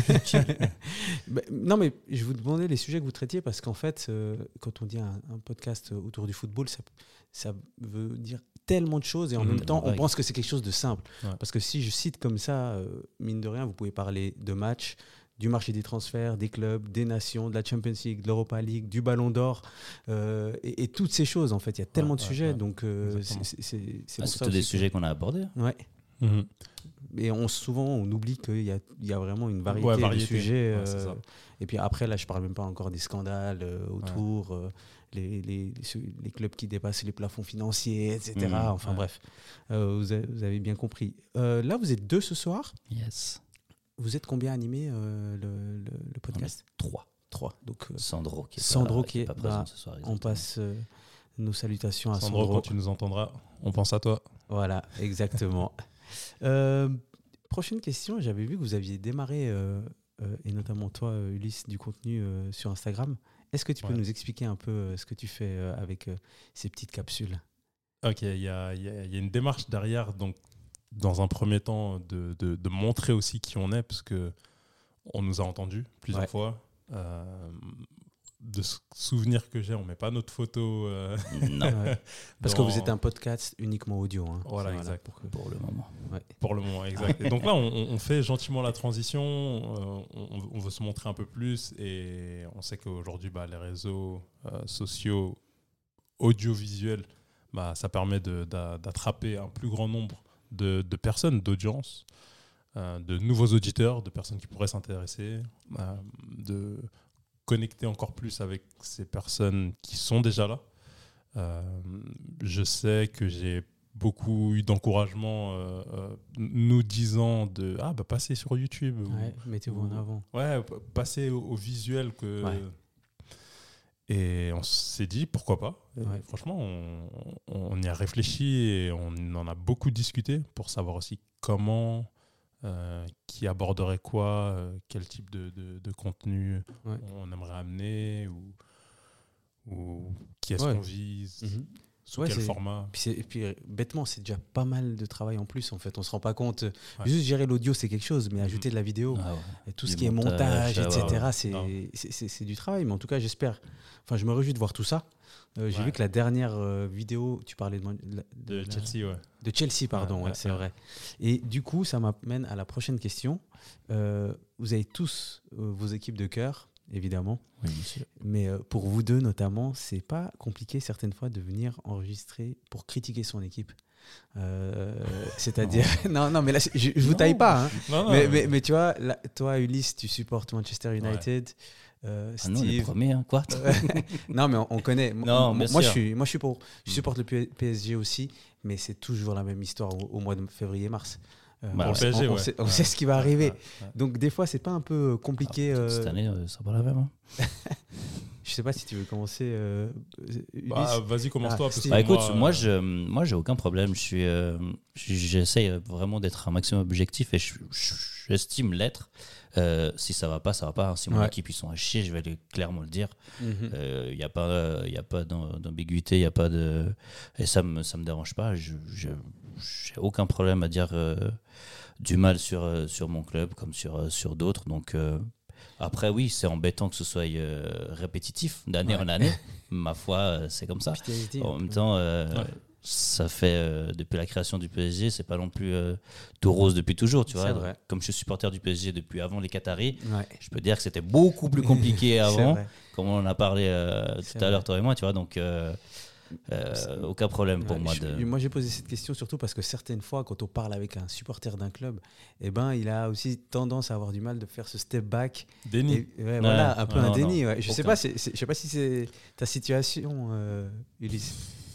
Ben, non, mais je vous demandais les sujets que vous traitiez parce qu'en fait, euh, quand on dit un, un podcast autour du football, ça, ça veut dire tellement de choses et en Mhm. même temps, on Vague. pense que c'est quelque chose de simple. Ouais. Parce que si je cite comme ça, euh, mine de rien, vous pouvez parler de matchs, du marché des transferts, des clubs, des nations, de la Champions League, de l'Europa League, du Ballon d'Or euh, et, et toutes ces choses. En fait, il y a tellement Ouais, de ouais, sujets, ouais. donc euh, Exactement. c'est c'est- c'est Ah, pour c'est ça tous des aussi que- sujets qu'on a abordés. Ouais. Mhm. Et on, souvent, on oublie qu'il y a, il y a vraiment une variété, Ouais, de variété. sujets. Ouais, c'est euh, ça. et puis après, là, je parle même pas encore des scandales euh, autour, euh, les, les, les clubs qui dépassent les plafonds financiers, et cetera. Mmh, enfin ouais. bref, euh, vous, avez, vous avez bien compris. Euh, là, vous êtes deux ce soir. Yes. Vous êtes combien animé euh, le, le, le podcast? Trois. Trois. Donc, euh, Sandro qui est Sandro pas, qui est- pas présent bah, ce soir. on exactement. passe euh, nos salutations à Sandro, Sandro. quand tu nous entendras, on pense à toi. Voilà, exactement. Euh, prochaine question, j'avais vu que vous aviez démarré, euh, euh, et notamment toi, euh, Ulysse, du contenu euh, sur Instagram. Est-ce que tu peux Ouais. nous expliquer un peu euh, ce que tu fais euh, avec euh, ces petites capsules? Ok, il y a, il y a- il y a une démarche derrière, donc dans un premier temps, de, de, de montrer aussi qui on est, parce que on nous a entendus plusieurs Ouais. fois. Euh, de ce souvenir que j'ai, on met pas notre photo. euh, Non, Ouais. Parce dans- que vous êtes un podcast uniquement audio. Hein. Voilà, exact. pour que- pour le moment. Pour le moment, exact. Et donc là, on, on fait gentiment la transition, euh, on, on veut se montrer un peu plus, et on sait qu'aujourd'hui, bah, les réseaux euh, sociaux, audiovisuels, bah, ça permet de- d'a- d'attraper un plus grand nombre de, de personnes, d'audience, euh, de nouveaux auditeurs, de personnes qui pourraient s'intéresser, euh, de connecter encore plus avec ces personnes qui sont déjà là. Euh, je sais que j'ai beaucoup eu d'encouragement euh, euh, nous disant de ah bah passez sur YouTube. Ouais, ou, mettez-vous ou, en avant. Ouais, passer au, au visuel que. Ouais. Et on s'est dit pourquoi pas. Ouais. Franchement, on, on y a réfléchi et on en a beaucoup discuté pour savoir aussi comment, euh, qui aborderait quoi, euh, quel type de, de, de contenu Ouais. on aimerait amener ou, ou qui est-ce Ouais. qu'on vise, Mhm. sous Ouais, quel c'est- format. Puis, c'est- et puis, euh, bêtement, c'est déjà pas mal de travail en plus, en fait. On se rend pas compte. Ouais. Juste gérer l'audio, c'est quelque chose, mais ajouter de la vidéo, Ah ouais. et tout Du ce qui est montage, montage, ah ouais, et cetera, ouais. c'est, Non. c'est, c'est- c'est du travail. Mais en tout cas, j'espère. Enfin, je me réjouis de voir tout ça. Euh, j'ai Ouais. vu que la dernière euh, vidéo, tu parlais de, Man- de, la- De la- Chelsea, ouais. de Chelsea, pardon, Ouais, ouais, ouais, c'est ouais. vrai. Et du coup, ça m'amène à la prochaine question. Euh, vous avez tous euh, vos équipes de cœur, évidemment. Oui, monsieur. Mais euh, pour vous deux notamment, c'est pas compliqué certaines fois de venir enregistrer pour critiquer son équipe. Euh, c'est-à-dire, non, non, mais là, c'est- je, je vous Non. taille pas. Hein. Non, non, mais, mais- mais, mais tu vois, là, toi, Ulysse, tu supportes Manchester United. Euh, Ah non, les Steve. premiers, hein, quoi. non, mais on, on connaît. Mo- Non, mo- bien moi, je sûr. suis, moi, je suis pour. Je Mm. supporte le P- PSG aussi, mais c'est toujours la même histoire au, au mois de février-mars. Euh, Bah, on, le sait- P S G, on- on ouais. sait, on Ouais. sait ce qui va arriver. Ouais, ouais. Donc, des fois, c'est pas un peu compliqué. Ah, Cette euh, année, euh, ça va la même. Hein. Je sais pas si tu veux commencer. Euh, Ulysse. Bah, vas-y, commence-toi. Ah, parce que Steve. Bah écoute, moi, moi, euh, je, moi, j'ai aucun problème. Je suis, euh, j- j'essaye vraiment d'être un maximum objectif et je- je- j'estime l'être. Euh, si ça va pas, ça va pas. Si mon Ouais. équipe ils sont à chier, je vais aller clairement le dire. Mhm. Il euh, n'y a pas, il y a pas d'am- d'ambiguïté, il y a pas de, et ça me, ça me dérange pas. Je, je, j'ai aucun problème à dire euh, du mal sur euh, sur mon club comme sur euh, sur d'autres. Donc euh, après, oui, c'est embêtant que ce soit euh, répétitif d'année Ouais. en année. Ma foi, euh, c'est comme ça. P T S D, En un même peu. temps, euh, Ouais. ça fait euh, depuis la création du P S G, c'est pas non plus euh, tout rose depuis toujours, tu C'est vois. vrai. Comme je suis supporter du P S G depuis avant les Qataris, Ouais. je peux dire que c'était beaucoup plus compliqué C'est avant, vrai. comme on en a parlé euh, C'est tout à l'heure vrai. toi et moi, tu vois. Donc euh, euh, aucun problème pour Ouais, moi je- de. moi, j'ai posé cette question surtout parce que certaines fois, quand on parle avec un supporter d'un club, eh ben, il a aussi tendance à avoir du mal de faire ce step back. Déni. Et, ouais, voilà, un peu ouais, un non, déni. non, ouais. Je sais aucun. pas, c'est- c'est- je sais pas si c'est ta situation, euh, Ulysse.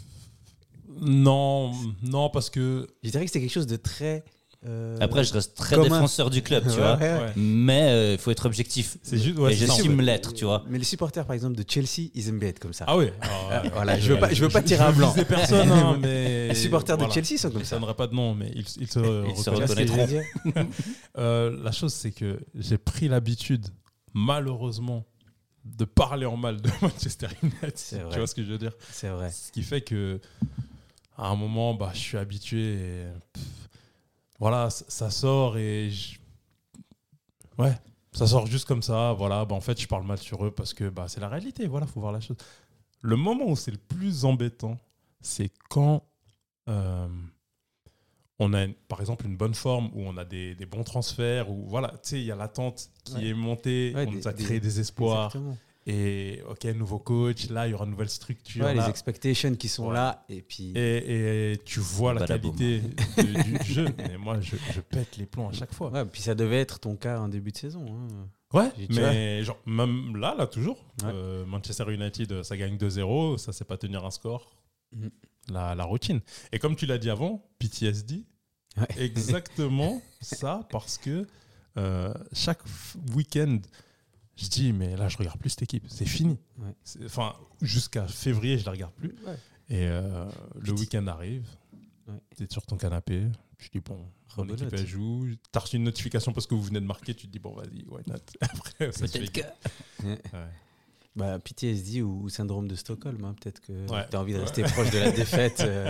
Non, non, parce que. Je dirais que c'est quelque chose de très. euh, Après, je reste très commun. défenseur du club, tu Ouais, vois. ouais, ouais. Ouais. Mais il faut être objectif. C'est juste. Ouais, et c'est ça, en j'estime fait. l'être, tu vois. Mais les supporters, par exemple, de Chelsea, ils aiment bien être comme ça. Ah oui. Ah, voilà, je veux pas- je veux pas tirer à blanc. Je visais personne, hein, mais. Les supporters voilà. de Chelsea sont comme Je ça. donnerai pas de nom, mais ils, ils se Ils se Tu vois ce que je veux reconnaîtront. dire Euh, la chose, c'est que j'ai pris l'habitude, malheureusement, de parler en mal de Manchester United. C'est Tu vrai. vois ce que je veux dire? C'est vrai. Ce qui fait que, à un moment, bah, je suis habitué. Et, pff, voilà, ça, ça sort et. je- Ouais, ça sort juste comme ça. Voilà, bah, en fait, je parle mal sur eux parce que bah, c'est la réalité. Voilà, faut voir la chose. Le moment où c'est le plus embêtant, c'est quand euh, on a, une- par exemple, une bonne forme, où on a des, des bons transferts, où voilà, tu sais, il y a l'attente qui Ouais. est montée, Ouais, on des- nous a des- créé des espoirs. Exactement. Et ok, nouveau coach, là, il y aura une nouvelle structure. Ouais, là. les expectations qui sont Ouais. là, et puis. Et, et tu vois la Badaboum. qualité de- du jeu. Mais moi, je, je pète les plombs à chaque fois. Ouais, puis ça devait être ton cas en début de saison. hein. Ouais, Tu mais genre, même là, là, toujours, Ouais. euh, Manchester United, ça gagne deux zéro, ça sait pas tenir un score. Mhm. La, la routine. Et comme tu l'as dit avant, P T S D, Ouais. exactement ça, parce que euh, chaque f- week-end, je dis, mais là, je regarde plus cette équipe, c'est fini. Ouais. C'est- Enfin, jusqu'à février, je la regarde plus. Ouais. Et euh, le week-end arrive, Ouais. tu es sur ton canapé, je dis, bon, mon Rebelote. équipe, elle joue. Tu as reçu une notification parce que vous venez de marquer, tu te dis, bon, vas-y, why not? Après, ça se fait Peut-être que. Ouais. Bah, P T S D ou, ou syndrome de Stockholm, hein, peut-être que Ouais. tu as envie de Ouais. rester proche de la défaite euh,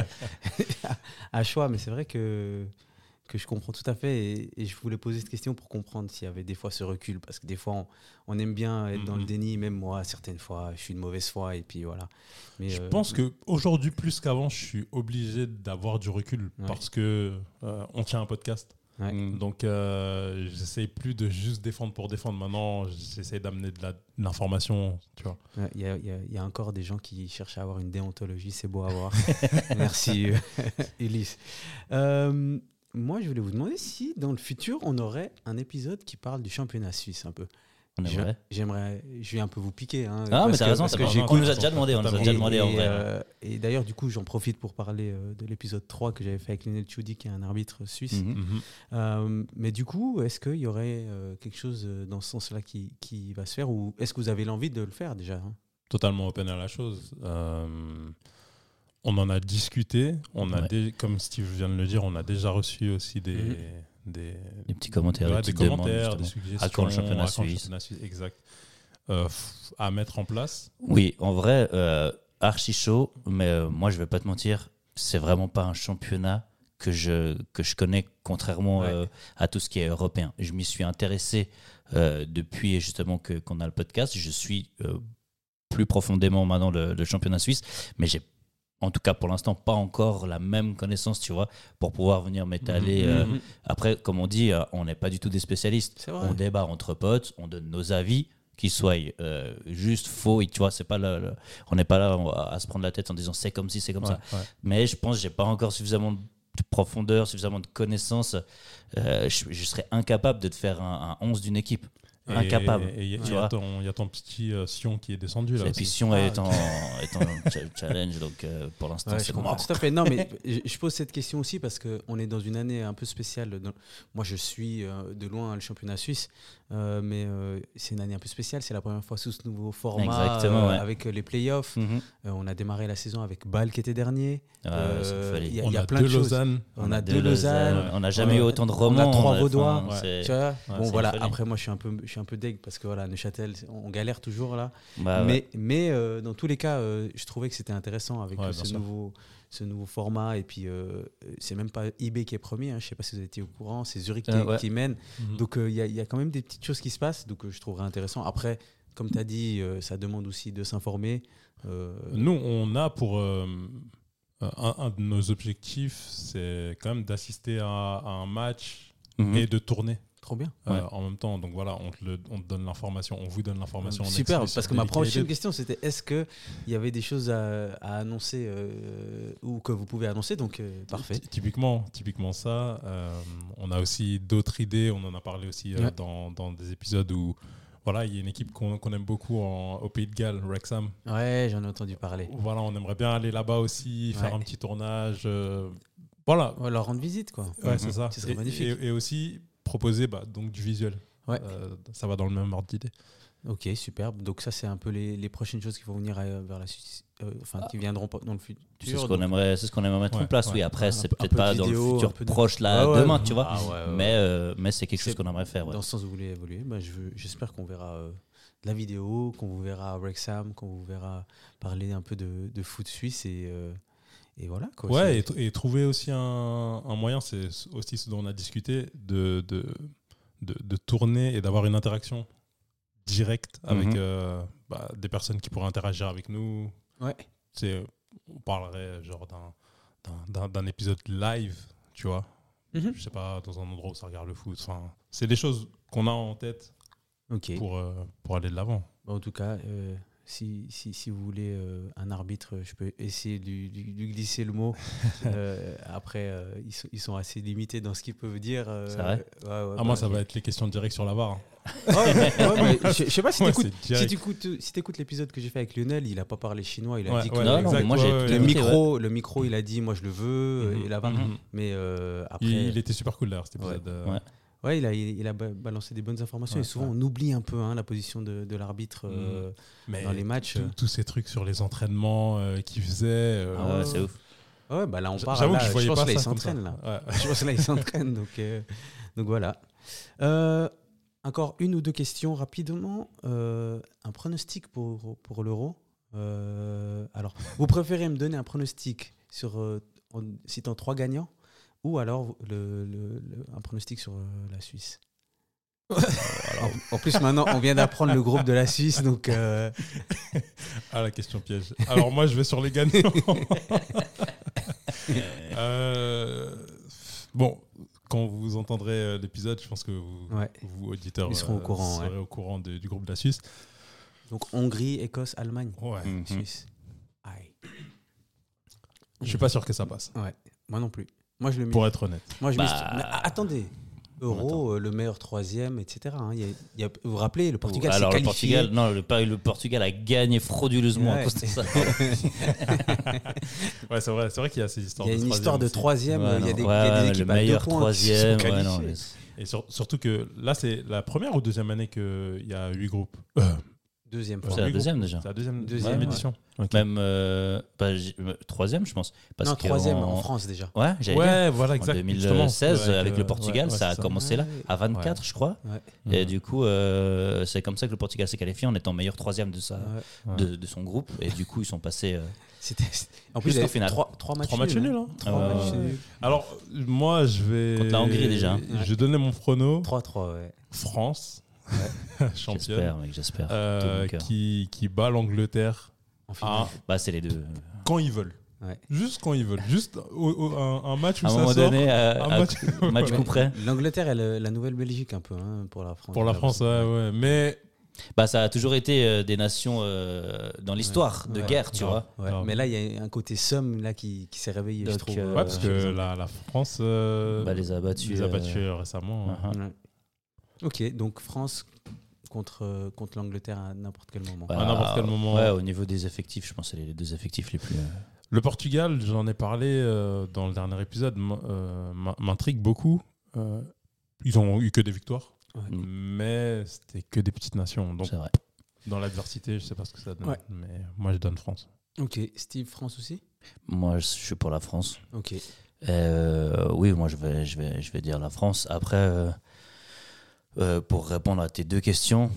à choix, mais c'est vrai que, que je comprends tout à fait et, et je voulais poser cette question pour comprendre s'il y avait des fois ce recul, parce que des fois on, on aime bien être dans le Mhm. déni, même moi, certaines fois, je suis de mauvaise foi et puis voilà. Mais, Je euh, pense qu'aujourd'hui, plus qu'avant, je suis obligé d'avoir du recul Ouais. parce que euh, on tient un podcast. Ouais. Mm. Donc, euh, j'essaye plus de juste défendre pour défendre. Maintenant, j'essaie d'amener de la- de l'information, tu vois. Ouais, Il y, a, il y a- il y a encore des gens qui cherchent à avoir une déontologie, c'est beau à voir. Merci, euh, Ulysse. Euh, moi, je voulais vous demander si, dans le futur, on aurait un épisode qui parle du championnat suisse un peu. On J'ai- aimerait. J'aimerais, je vais un peu vous piquer. Hein, Ah, parce mais t'as que- raison, parce t'as que pas- j'écoute- on nous a déjà demandé, on nous a déjà Et- demandé en et, vrai. euh, et d'ailleurs, du coup, j'en profite pour parler euh, de l'épisode trois que j'avais fait avec Lionel Choudi, qui est un arbitre suisse. Mhm. Mhm. Euh, mais du coup, est-ce qu'il y aurait euh, quelque chose euh, dans ce sens-là qui, qui va se faire, ou est-ce que vous avez l'envie de le faire déjà, hein? Totalement open à la chose. Euh, on en a discuté. On a Ouais. dé- comme Steve vient de le dire, on a déjà reçu aussi des, Mhm. des, Des petits commentaires, ouais, des des petites demandes, commentaires, des justement. suggestions. À quand le championnat à quand le suisse. championnat suisse, exact. Euh, f- à mettre en place. Oui, en vrai, euh, archi chaud, mais euh, moi, je vais pas te mentir, c'est vraiment pas un championnat que je, que je connais, contrairement Ouais. euh, à tout ce qui est européen. Je m'y suis intéressé euh, depuis justement que, qu'on a le podcast. Je suis euh, plus profondément maintenant le, le championnat suisse, mais j'ai en tout cas pour l'instant pas encore la même connaissance, tu vois, pour pouvoir venir m'étaler. Mhm. euh, Mhm. Après, comme on dit, euh, on n'est pas du tout des spécialistes. C'est vrai. On débat entre potes, on donne nos avis, qu'ils soient euh, juste faux, et tu vois, c'est pas le- le- on n'est pas là à, à se prendre la tête en disant c'est comme si, c'est comme ça. Ouais, ouais. Mais je pense que j'ai pas encore suffisamment de profondeur, suffisamment de connaissances. Euh, je, je serais incapable de te faire un, un onze d'une équipe. Et- Incapable. Et il y, a- tu il y a vois. ton- il y a ton petit euh, Sion qui est descendu là. Et aussi. puis Sion Ah, est, en, ok. est en cha- challenge, donc euh, pour l'instant Ouais, c'est je comprends mort. tout à fait. Non, mais je je pose cette question aussi parce qu'on est dans une année un peu spéciale. Dans- Moi, je suis euh, de loin le championnat suisse, euh, mais euh, c'est une année un peu spéciale. C'est la première fois sous ce nouveau format Exactement, euh, ouais. avec euh, les playoffs. Mhm. Euh, on a démarré la saison avec Bâle qui était dernier. Ouais, Euh, c'est une folie. il y a- On il y a a plein deux de choses. Lausanne. On a deux Lausanne. On n'a jamais eu Ouais. autant de On a romans. trois enfin, Vaudois. c'est- Tu vois c'est bon, une voilà. folie. Après, moi, je suis un peu, je suis un peu deg parce que voilà, Neuchâtel, on galère toujours là. Bah, ouais. mais mais euh, dans tous les cas, euh, je trouvais que c'était intéressant avec Ouais, euh, bien ce sûr. nouveau, ce nouveau format. Et puis, euh, c'est même pas I B qui est premier. Hein, je sais pas si vous étiez au courant. C'est Zurich qui, Euh, ouais. qui mène. Mhm. Donc, il y, a- y a quand même des petites choses qui se passent. Donc, euh, je trouverais intéressant. Après, comme tu as dit, euh, ça demande aussi de s'informer. Euh, Nous, on a pour. euh, un, un de nos objectifs, c'est quand même d'assister à, à un match Mhm. et de tourner trop bien. euh, Ouais. en même temps. Donc voilà, on te, le- on te donne l'information, on vous donne l'information. en Super, exclusif parce que sur ma Dedicated. prochaine question, c'était est-ce qu'il y avait des choses à, à annoncer euh, ou que vous pouvez annoncer. Donc, euh, parfait. Ty- Typiquement, typiquement ça. euh, on a aussi d'autres idées. On en a parlé aussi euh, Ouais. dans, dans des épisodes où voilà, il y a une équipe qu'on qu'on aime beaucoup en- au Pays de Galles, Wrexham. Ouais, j'en ai entendu parler. Voilà, on aimerait bien aller là-bas aussi, faire Ouais. un petit tournage. euh, voilà, Ouais, leur rendre visite, quoi. ouais, Mhm. c'est ça. Ce serait Et, magnifique. et- et aussi proposer bah, donc du visuel. Ouais. Euh, ça va dans le même ordre d'idée. Ok, superbe. Donc ça, c'est un peu les, les prochaines choses qui vont venir euh, vers la Suisse, euh, enfin qui viendront pas dans le futur. C'est ce qu'on Donc, aimerait, c'est ce qu'on aimerait mettre Ouais, en place. ouais. Oui, après, Un c'est peu- un peut-être peu de pas dans vidéo, le un futur peu de- proche là, Ouais, ouais. demain, tu vois. Ah ouais, ouais, mais, euh, mais c'est quelque chose C'est- qu'on aimerait faire. Ouais. Dans ce sens où vous voulez évoluer, bah, je veux- j'espère qu'on verra euh, de la vidéo, qu'on vous verra à Wrexham, qu'on vous verra parler un peu de, de foot suisse et, euh, et voilà. Quoi. Ouais, C'est- et, t- et trouver aussi un, un moyen, c'est aussi ce dont on a discuté, de, de, de, de tourner et d'avoir une interaction directe avec Mhm. euh, bah, des personnes qui pourraient interagir avec nous. Ouais. C'est, on parlerait genre d'un, d'un, d'un- d'un épisode live, tu vois. Mhm. Je sais pas, dans un endroit où ça regarde le foot. Enfin, c'est des choses qu'on a en tête Ok. pour, euh, pour aller de l'avant. Bah, en tout cas, euh, si, si, si vous voulez euh, un arbitre, je peux essayer de lui, lui- lui glisser le mot. Euh, après, euh, ils, sont, ils sont assez limités dans ce qu'ils peuvent dire. euh, C'est vrai ouais, ouais, Ah, bah, moi, ça va être les questions directes sur la V A R. hein. Ouais, ouais, mais je, je sais pas si Ouais, t'écoutes c'est si direct. t'écoutes si t'écoutes l'épisode que j'ai fait avec Lionel, il a pas parlé chinois, il a Ouais, dit que ouais, Non, non, exact, mais moi, j'ai ouais, tout le ouais. écouté, micro, le micro, il a dit moi je le veux Mhm. et là-bas. Mhm. Mais euh, après, Il, ouais, il était super cool d'ailleurs cet épisode. euh, Ouais. il a il, il a ba- balancé des bonnes informations Ouais, et souvent ouais. on oublie un peu hein, la position de, de l'arbitre euh, Mais dans les matchs. tous- tous ces trucs sur les entraînements euh, qu'il faisait. euh, Ah ouais, c'est ouf. Ouais, bah là on parle. J'avoue là, que je voyais pense pas que là, il ça comme ça. s'entraîne là. Ouais. Je pense que là il s'entraîne donc euh, donc voilà. Euh, encore une ou deux questions rapidement. Euh, un pronostic pour pour l'Euro. Euh, alors, vous préférez me donner un pronostic sur euh, en citant trois gagnants ou alors le, le- le- un pronostic sur euh, la Suisse. en, en plus maintenant on vient d'apprendre le groupe de la Suisse donc euh, Ah, la question piège. Alors moi, je vais sur les gagnants. Euh, bon, quand vous entendrez euh, l'épisode, je pense que vous, ouais. vous auditeurs, Ils seront au courant, serez ouais. au courant de- du groupe de la Suisse. Donc Hongrie, Écosse, Allemagne, Ouais. Mhm. Suisse. Aïe. Je suis pas sûr que ça passe, Ouais, moi non plus. Moi je le mets. pour être honnête. Moi je Bah. mets- Mais, ah, attendez, Euro, euh, le meilleur troisième, et cetera. hein. Il y a- il y a- vous vous rappelez, le Portugal s'est Alors le qualifié. Portugal, non, le, pas- le Portugal a gagné frauduleusement Ouais. à cause de ça. Ouais, c'est vrai, c'est vrai qu'il y a ces Il histoires y a de une troisième histoire de aussi. troisième. Ouais, il y a non, des, ouais, il y a des ouais, équipes le à deux meilleur points troisième. qui se sont Ouais, non, qualifiées. les- Et sur- surtout que là, c'est la première ou deuxième année qu'il y a huit groupes. Euh, Deuxième C'est fois. la huit deuxième groupes. déjà. C'est la deuxième, Deuxième, deuxième ouais. édition. Ok. Même euh, bah, j'ai- euh, troisième, je pense. Parce Non, que troisième en- en France déjà. Ouais, j'allais dire. Ouais, voilà, En exact. deux mille justement. seize, Ouais, avec euh, le Portugal, ouais, ouais, ça a c'est commencé là, Ouais. à vingt-quatre, je crois. Ouais. Et Mhm. du coup, euh, c'est comme ça que le Portugal s'est qualifié en étant meilleur troisième de, sa, Ouais. Ouais. de, de son groupe. Et du coup, ils sont passés. euh, C'était- En plus, il y Jusqu'en avait finale. trois, trois matchs Trois matchs nuls. nuls, hein. hein. Trois Euh, matchs nuls. Alors, moi, je vais. Contre la Hongrie, déjà. Je vais donner mon prono. trois trois, ouais. France, championne, J'espère, mec, j'espère. euh, Tout mon cœur. qui, qui bat l'Angleterre En finale. à- Bah, c'est les deux. quand ils veulent. Ouais. Juste quand ils veulent. Juste au- au- un, un match où À un ça moment sort. donné, euh, un à- match- match coup près. L'Angleterre est le- la nouvelle Belgique un peu hein, pour la France. Pour la France, ouais, ouais. Mais Bah, ça a toujours été euh, des nations euh, dans l'histoire de Ouais. guerre, tu Grave. vois. Ouais. Grave. Mais là, il y a un côté somme là qui, qui s'est réveillé, je Donc, trouve. euh, ouais, parce que chez les la, la France euh, Bah, les a battus. les a euh, battus récemment. ouais. uh-huh. Ouais. Ok, donc France contre, euh, contre l'Angleterre à n'importe quel moment. Bah, À n'importe quel moment. Ouais, au niveau des effectifs, je pense que c'est les deux effectifs les plus. euh, Le Portugal, j'en ai parlé euh, dans le dernier épisode, m- euh, m- m'intrigue beaucoup. Euh, ils ont eu que des victoires, Ouais. mais c'était que des petites nations. Donc, C'est vrai. dans l'adversité, je sais pas ce que ça donne, Ouais. mais moi, je donne France. Ok, Steve, France aussi. Moi, je suis pour la France. Ok. Euh, oui, moi, je vais, je, vais, je vais dire la France. Après, euh, euh, pour répondre à tes deux questions,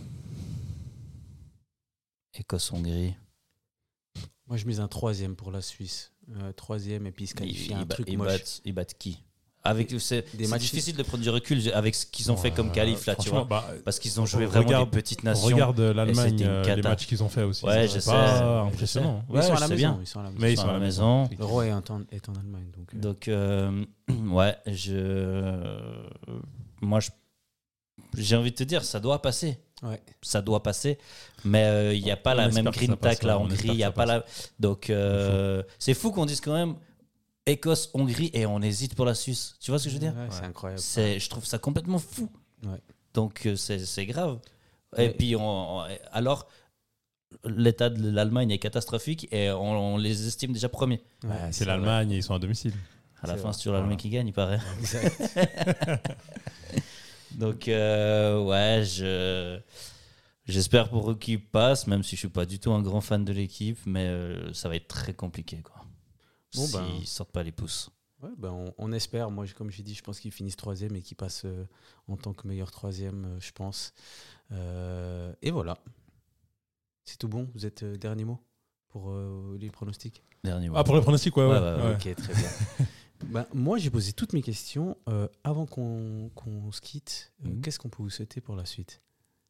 Écosse-Hongrie. Moi, je mise un troisième pour la Suisse. Euh, troisième et puis se Ils, qualifier un ils ba- truc ils moche. battent, ils battent qui avec, C'est Des c'est matchs- difficile de prendre du recul avec ce qu'ils ont fait comme Ouais, qualif, là, tu franchement, vois. bah, Parce qu'ils ont joué vraiment regarde- des petites nations. regarde l'Allemagne, c'était une euh, les cata. matchs qu'ils ont fait aussi. Ouais, c'est je sais, pas je impressionnant. Mais ils sont Ouais, à la je sais maison. bien. Ils sont à la maison. Mais ils Ils sont sont à la maison. Le roi est en, est en Allemagne. Donc, euh, Donc, euh, ouais, je. Moi, je- j'ai envie de te dire, ça doit passer. ouais. Ça doit passer. Mais il n'y a pas On la espère même que ça grinta passe, que la ouais, on Hongrie. espère Il que y a ça pas la. Donc, euh, c'est fou qu'on dise quand même Écosse, Hongrie et on hésite pour la Suisse. Tu vois ce que je veux dire? Ouais, c'est incroyable. C'est, je trouve ça complètement fou. Ouais. Donc euh, c'est, c'est grave. Et Ouais. puis on, on- alors l'état de l'Allemagne est catastrophique et on, on les estime déjà premiers. Ouais, Bah, c'est vrai. l'Allemagne et ils sont à domicile. À la C'est fin, vrai. c'est toujours l'Allemagne qui gagne, il paraît. Exact. Donc euh, ouais, je j'espère pour eux qu'ils passent, même si je suis pas du tout un grand fan de l'équipe, mais euh, ça va être très compliqué quoi. Bon, S'ils ben. sortent pas les pouces. Ouais, ben on, on espère. Moi, je- comme j'ai dit, je pense qu'ils finissent troisième et qu'ils passent euh, en tant que meilleur troisième, euh, je pense. Euh, et voilà. C'est tout bon. Vous êtes euh, dernier mot pour euh, les pronostics. Dernier mot. Ah, pour les pronostics, ouais, ouais. Ouais, ouais, ouais. Ok, très bien. Ben, moi, j'ai posé toutes mes questions. Euh, avant qu'on qu'on se quitte, euh, Mhm. qu'est-ce qu'on peut vous souhaiter pour la suite?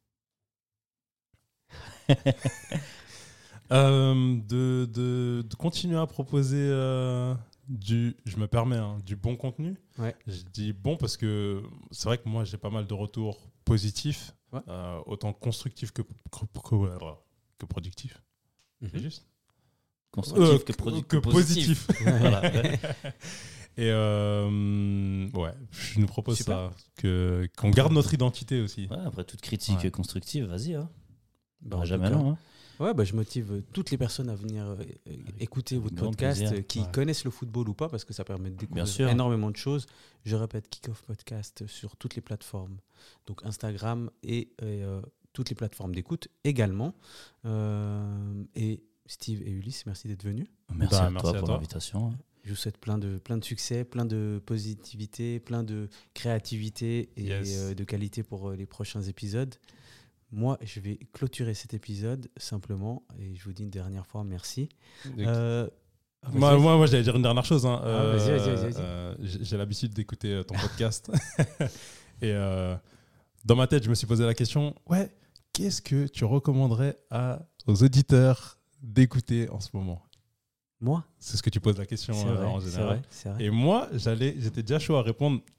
Euh, de, de, de continuer à proposer euh, du, je me permets, hein, du bon contenu. Ouais. Je dis bon parce que c'est vrai que moi j'ai pas mal de retours positifs, Ouais. euh, autant constructifs que, que, que, que productifs. C'est Mhm. juste. Constructif Euh, que, produ- que positif. Voilà, ouais. Et euh, ouais, je nous propose Super. ça, que, qu'on garde notre identité aussi. Ouais, après toute critique Ouais. constructive, vas-y. Hein. Ben, On en va tout jamais cas, non. Hein. Ouais, bah, je motive euh, toutes les personnes à venir euh, euh, écouter votre grand podcast, plaisir. euh, qui Ouais. connaissent le football ou pas, parce que ça permet de découvrir Bien sûr. énormément de choses. Je répète, Kick-Off Podcast sur toutes les plateformes, donc Instagram et, et, euh, toutes les plateformes d'écoute également. Euh, et Steve et Ulysse, merci d'être venus. Merci Bah, à merci toi à pour toi. l'invitation. Je vous souhaite plein de, plein de succès, plein de positivité, plein de créativité et Yes. euh, de qualité pour euh, les prochains épisodes. Moi, je vais clôturer cet épisode simplement et je vous dis une dernière fois merci. Euh, ah, Moi, vas-y. moi, moi, j'allais dire une dernière chose. Hein. Ah, vas-y, vas-y, vas-y, vas-y. euh, j'ai j'ai l'habitude d'écouter euh, ton podcast. Et euh, dans ma tête, je me suis posé la question, ouais, qu'est-ce que tu recommanderais à, aux auditeurs d'écouter en ce moment? Moi C'est ce que tu poses la question C'est euh, vrai, en c'est général. vrai, c'est vrai. Et moi, j'allais, j'étais déjà chaud à répondre.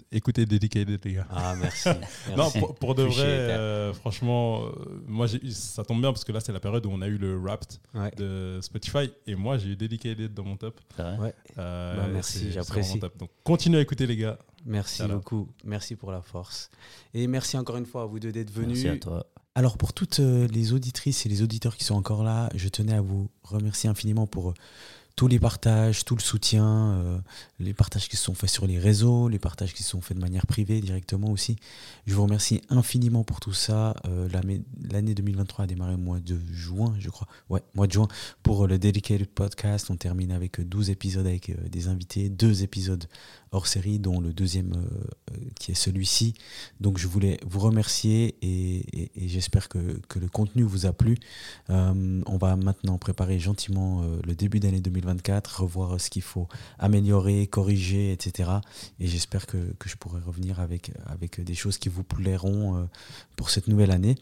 écoutez Dedicated, les gars. Ah, merci. Non, merci. pour, pour de vrai, Appreciate that. euh, franchement, euh, moi, j'ai- ça tombe bien parce que là, c'est la période où on a eu le Wrapped Ouais. de Spotify et moi, j'ai eu Dedicated dans mon top. C'est vrai. Ouais. Euh, Bah, et merci, c'est- c'est j'apprécie. vraiment top. Donc, continuez à écouter, les gars. Merci Shout out. beaucoup. Merci pour la force. Et merci encore une fois à vous deux d'être venus. Merci à toi. Alors pour toutes euh, les auditrices et les auditeurs qui sont encore là, je tenais à vous remercier infiniment pour euh, tous les partages, tout le soutien, euh, les partages qui se sont faits sur les réseaux, les partages qui se sont faits de manière privée directement aussi. Je vous remercie infiniment pour tout ça. Euh, l'année, l'année deux mille vingt-trois a démarré au mois de juin, je crois. Ouais, mois de juin pour euh, le Dedicated Podcast. On termine avec euh, douze épisodes avec euh, des invités, deux épisodes hors série, dont le deuxième euh, euh, qui est celui-ci. Donc je voulais vous remercier et, et- et j'espère que, que le contenu vous a plu. Euh, on va maintenant préparer gentiment euh, le début d'année deux mille vingt-quatre, revoir euh, ce qu'il faut améliorer, corriger, et cetera. Et j'espère que, que je pourrai revenir avec, avec des choses qui vous plairont euh, pour cette nouvelle année.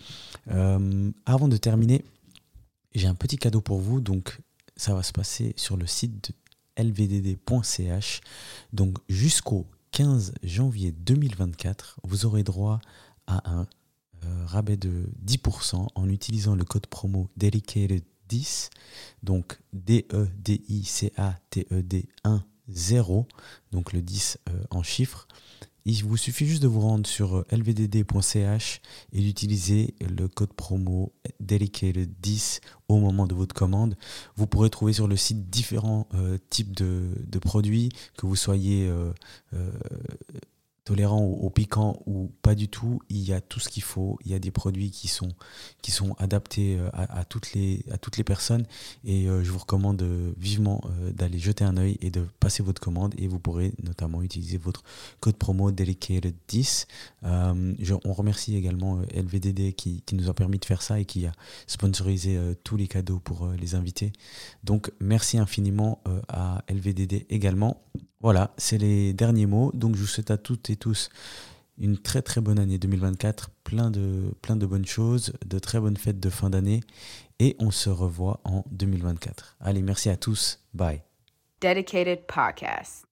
Euh, avant de terminer, j'ai un petit cadeau pour vous. Donc ça va se passer sur le site de l v d d point c h. Donc jusqu'au quinze janvier deux mille vingt-quatre, vous aurez droit à un euh, rabais de dix pour cent en utilisant le code promo Dedicated dix, donc D E D I C A T E D un zéro, donc le dix euh, en chiffres. Il vous suffit juste de vous rendre sur l v d d point c h et d'utiliser le code promo Dedicated dix au moment de votre commande. Vous pourrez trouver sur le site différents euh, types de, de produits, que vous soyez euh, euh, tolérant au, au piquant ou pas du tout. Il y a tout ce qu'il faut. Il y a des produits qui sont, qui sont adaptés euh, à, à, toutes les, à toutes les personnes. Et euh, je vous recommande euh, vivement euh, d'aller jeter un œil et de passer votre commande. Et vous pourrez notamment utiliser votre code promo Dedicated dix. Euh, je, on remercie également euh, L V D D qui, qui nous a permis de faire ça et qui a sponsorisé euh, tous les cadeaux pour euh, les invités. Donc merci infiniment euh, à L V D D également. Voilà, c'est les derniers mots. Donc je vous souhaite à toutes et tous une très très bonne année deux mille vingt-quatre, plein de, plein de bonnes choses, de très bonnes fêtes de fin d'année et on se revoit en deux mille vingt-quatre. Allez, merci à tous, bye. Dedicated Podcast.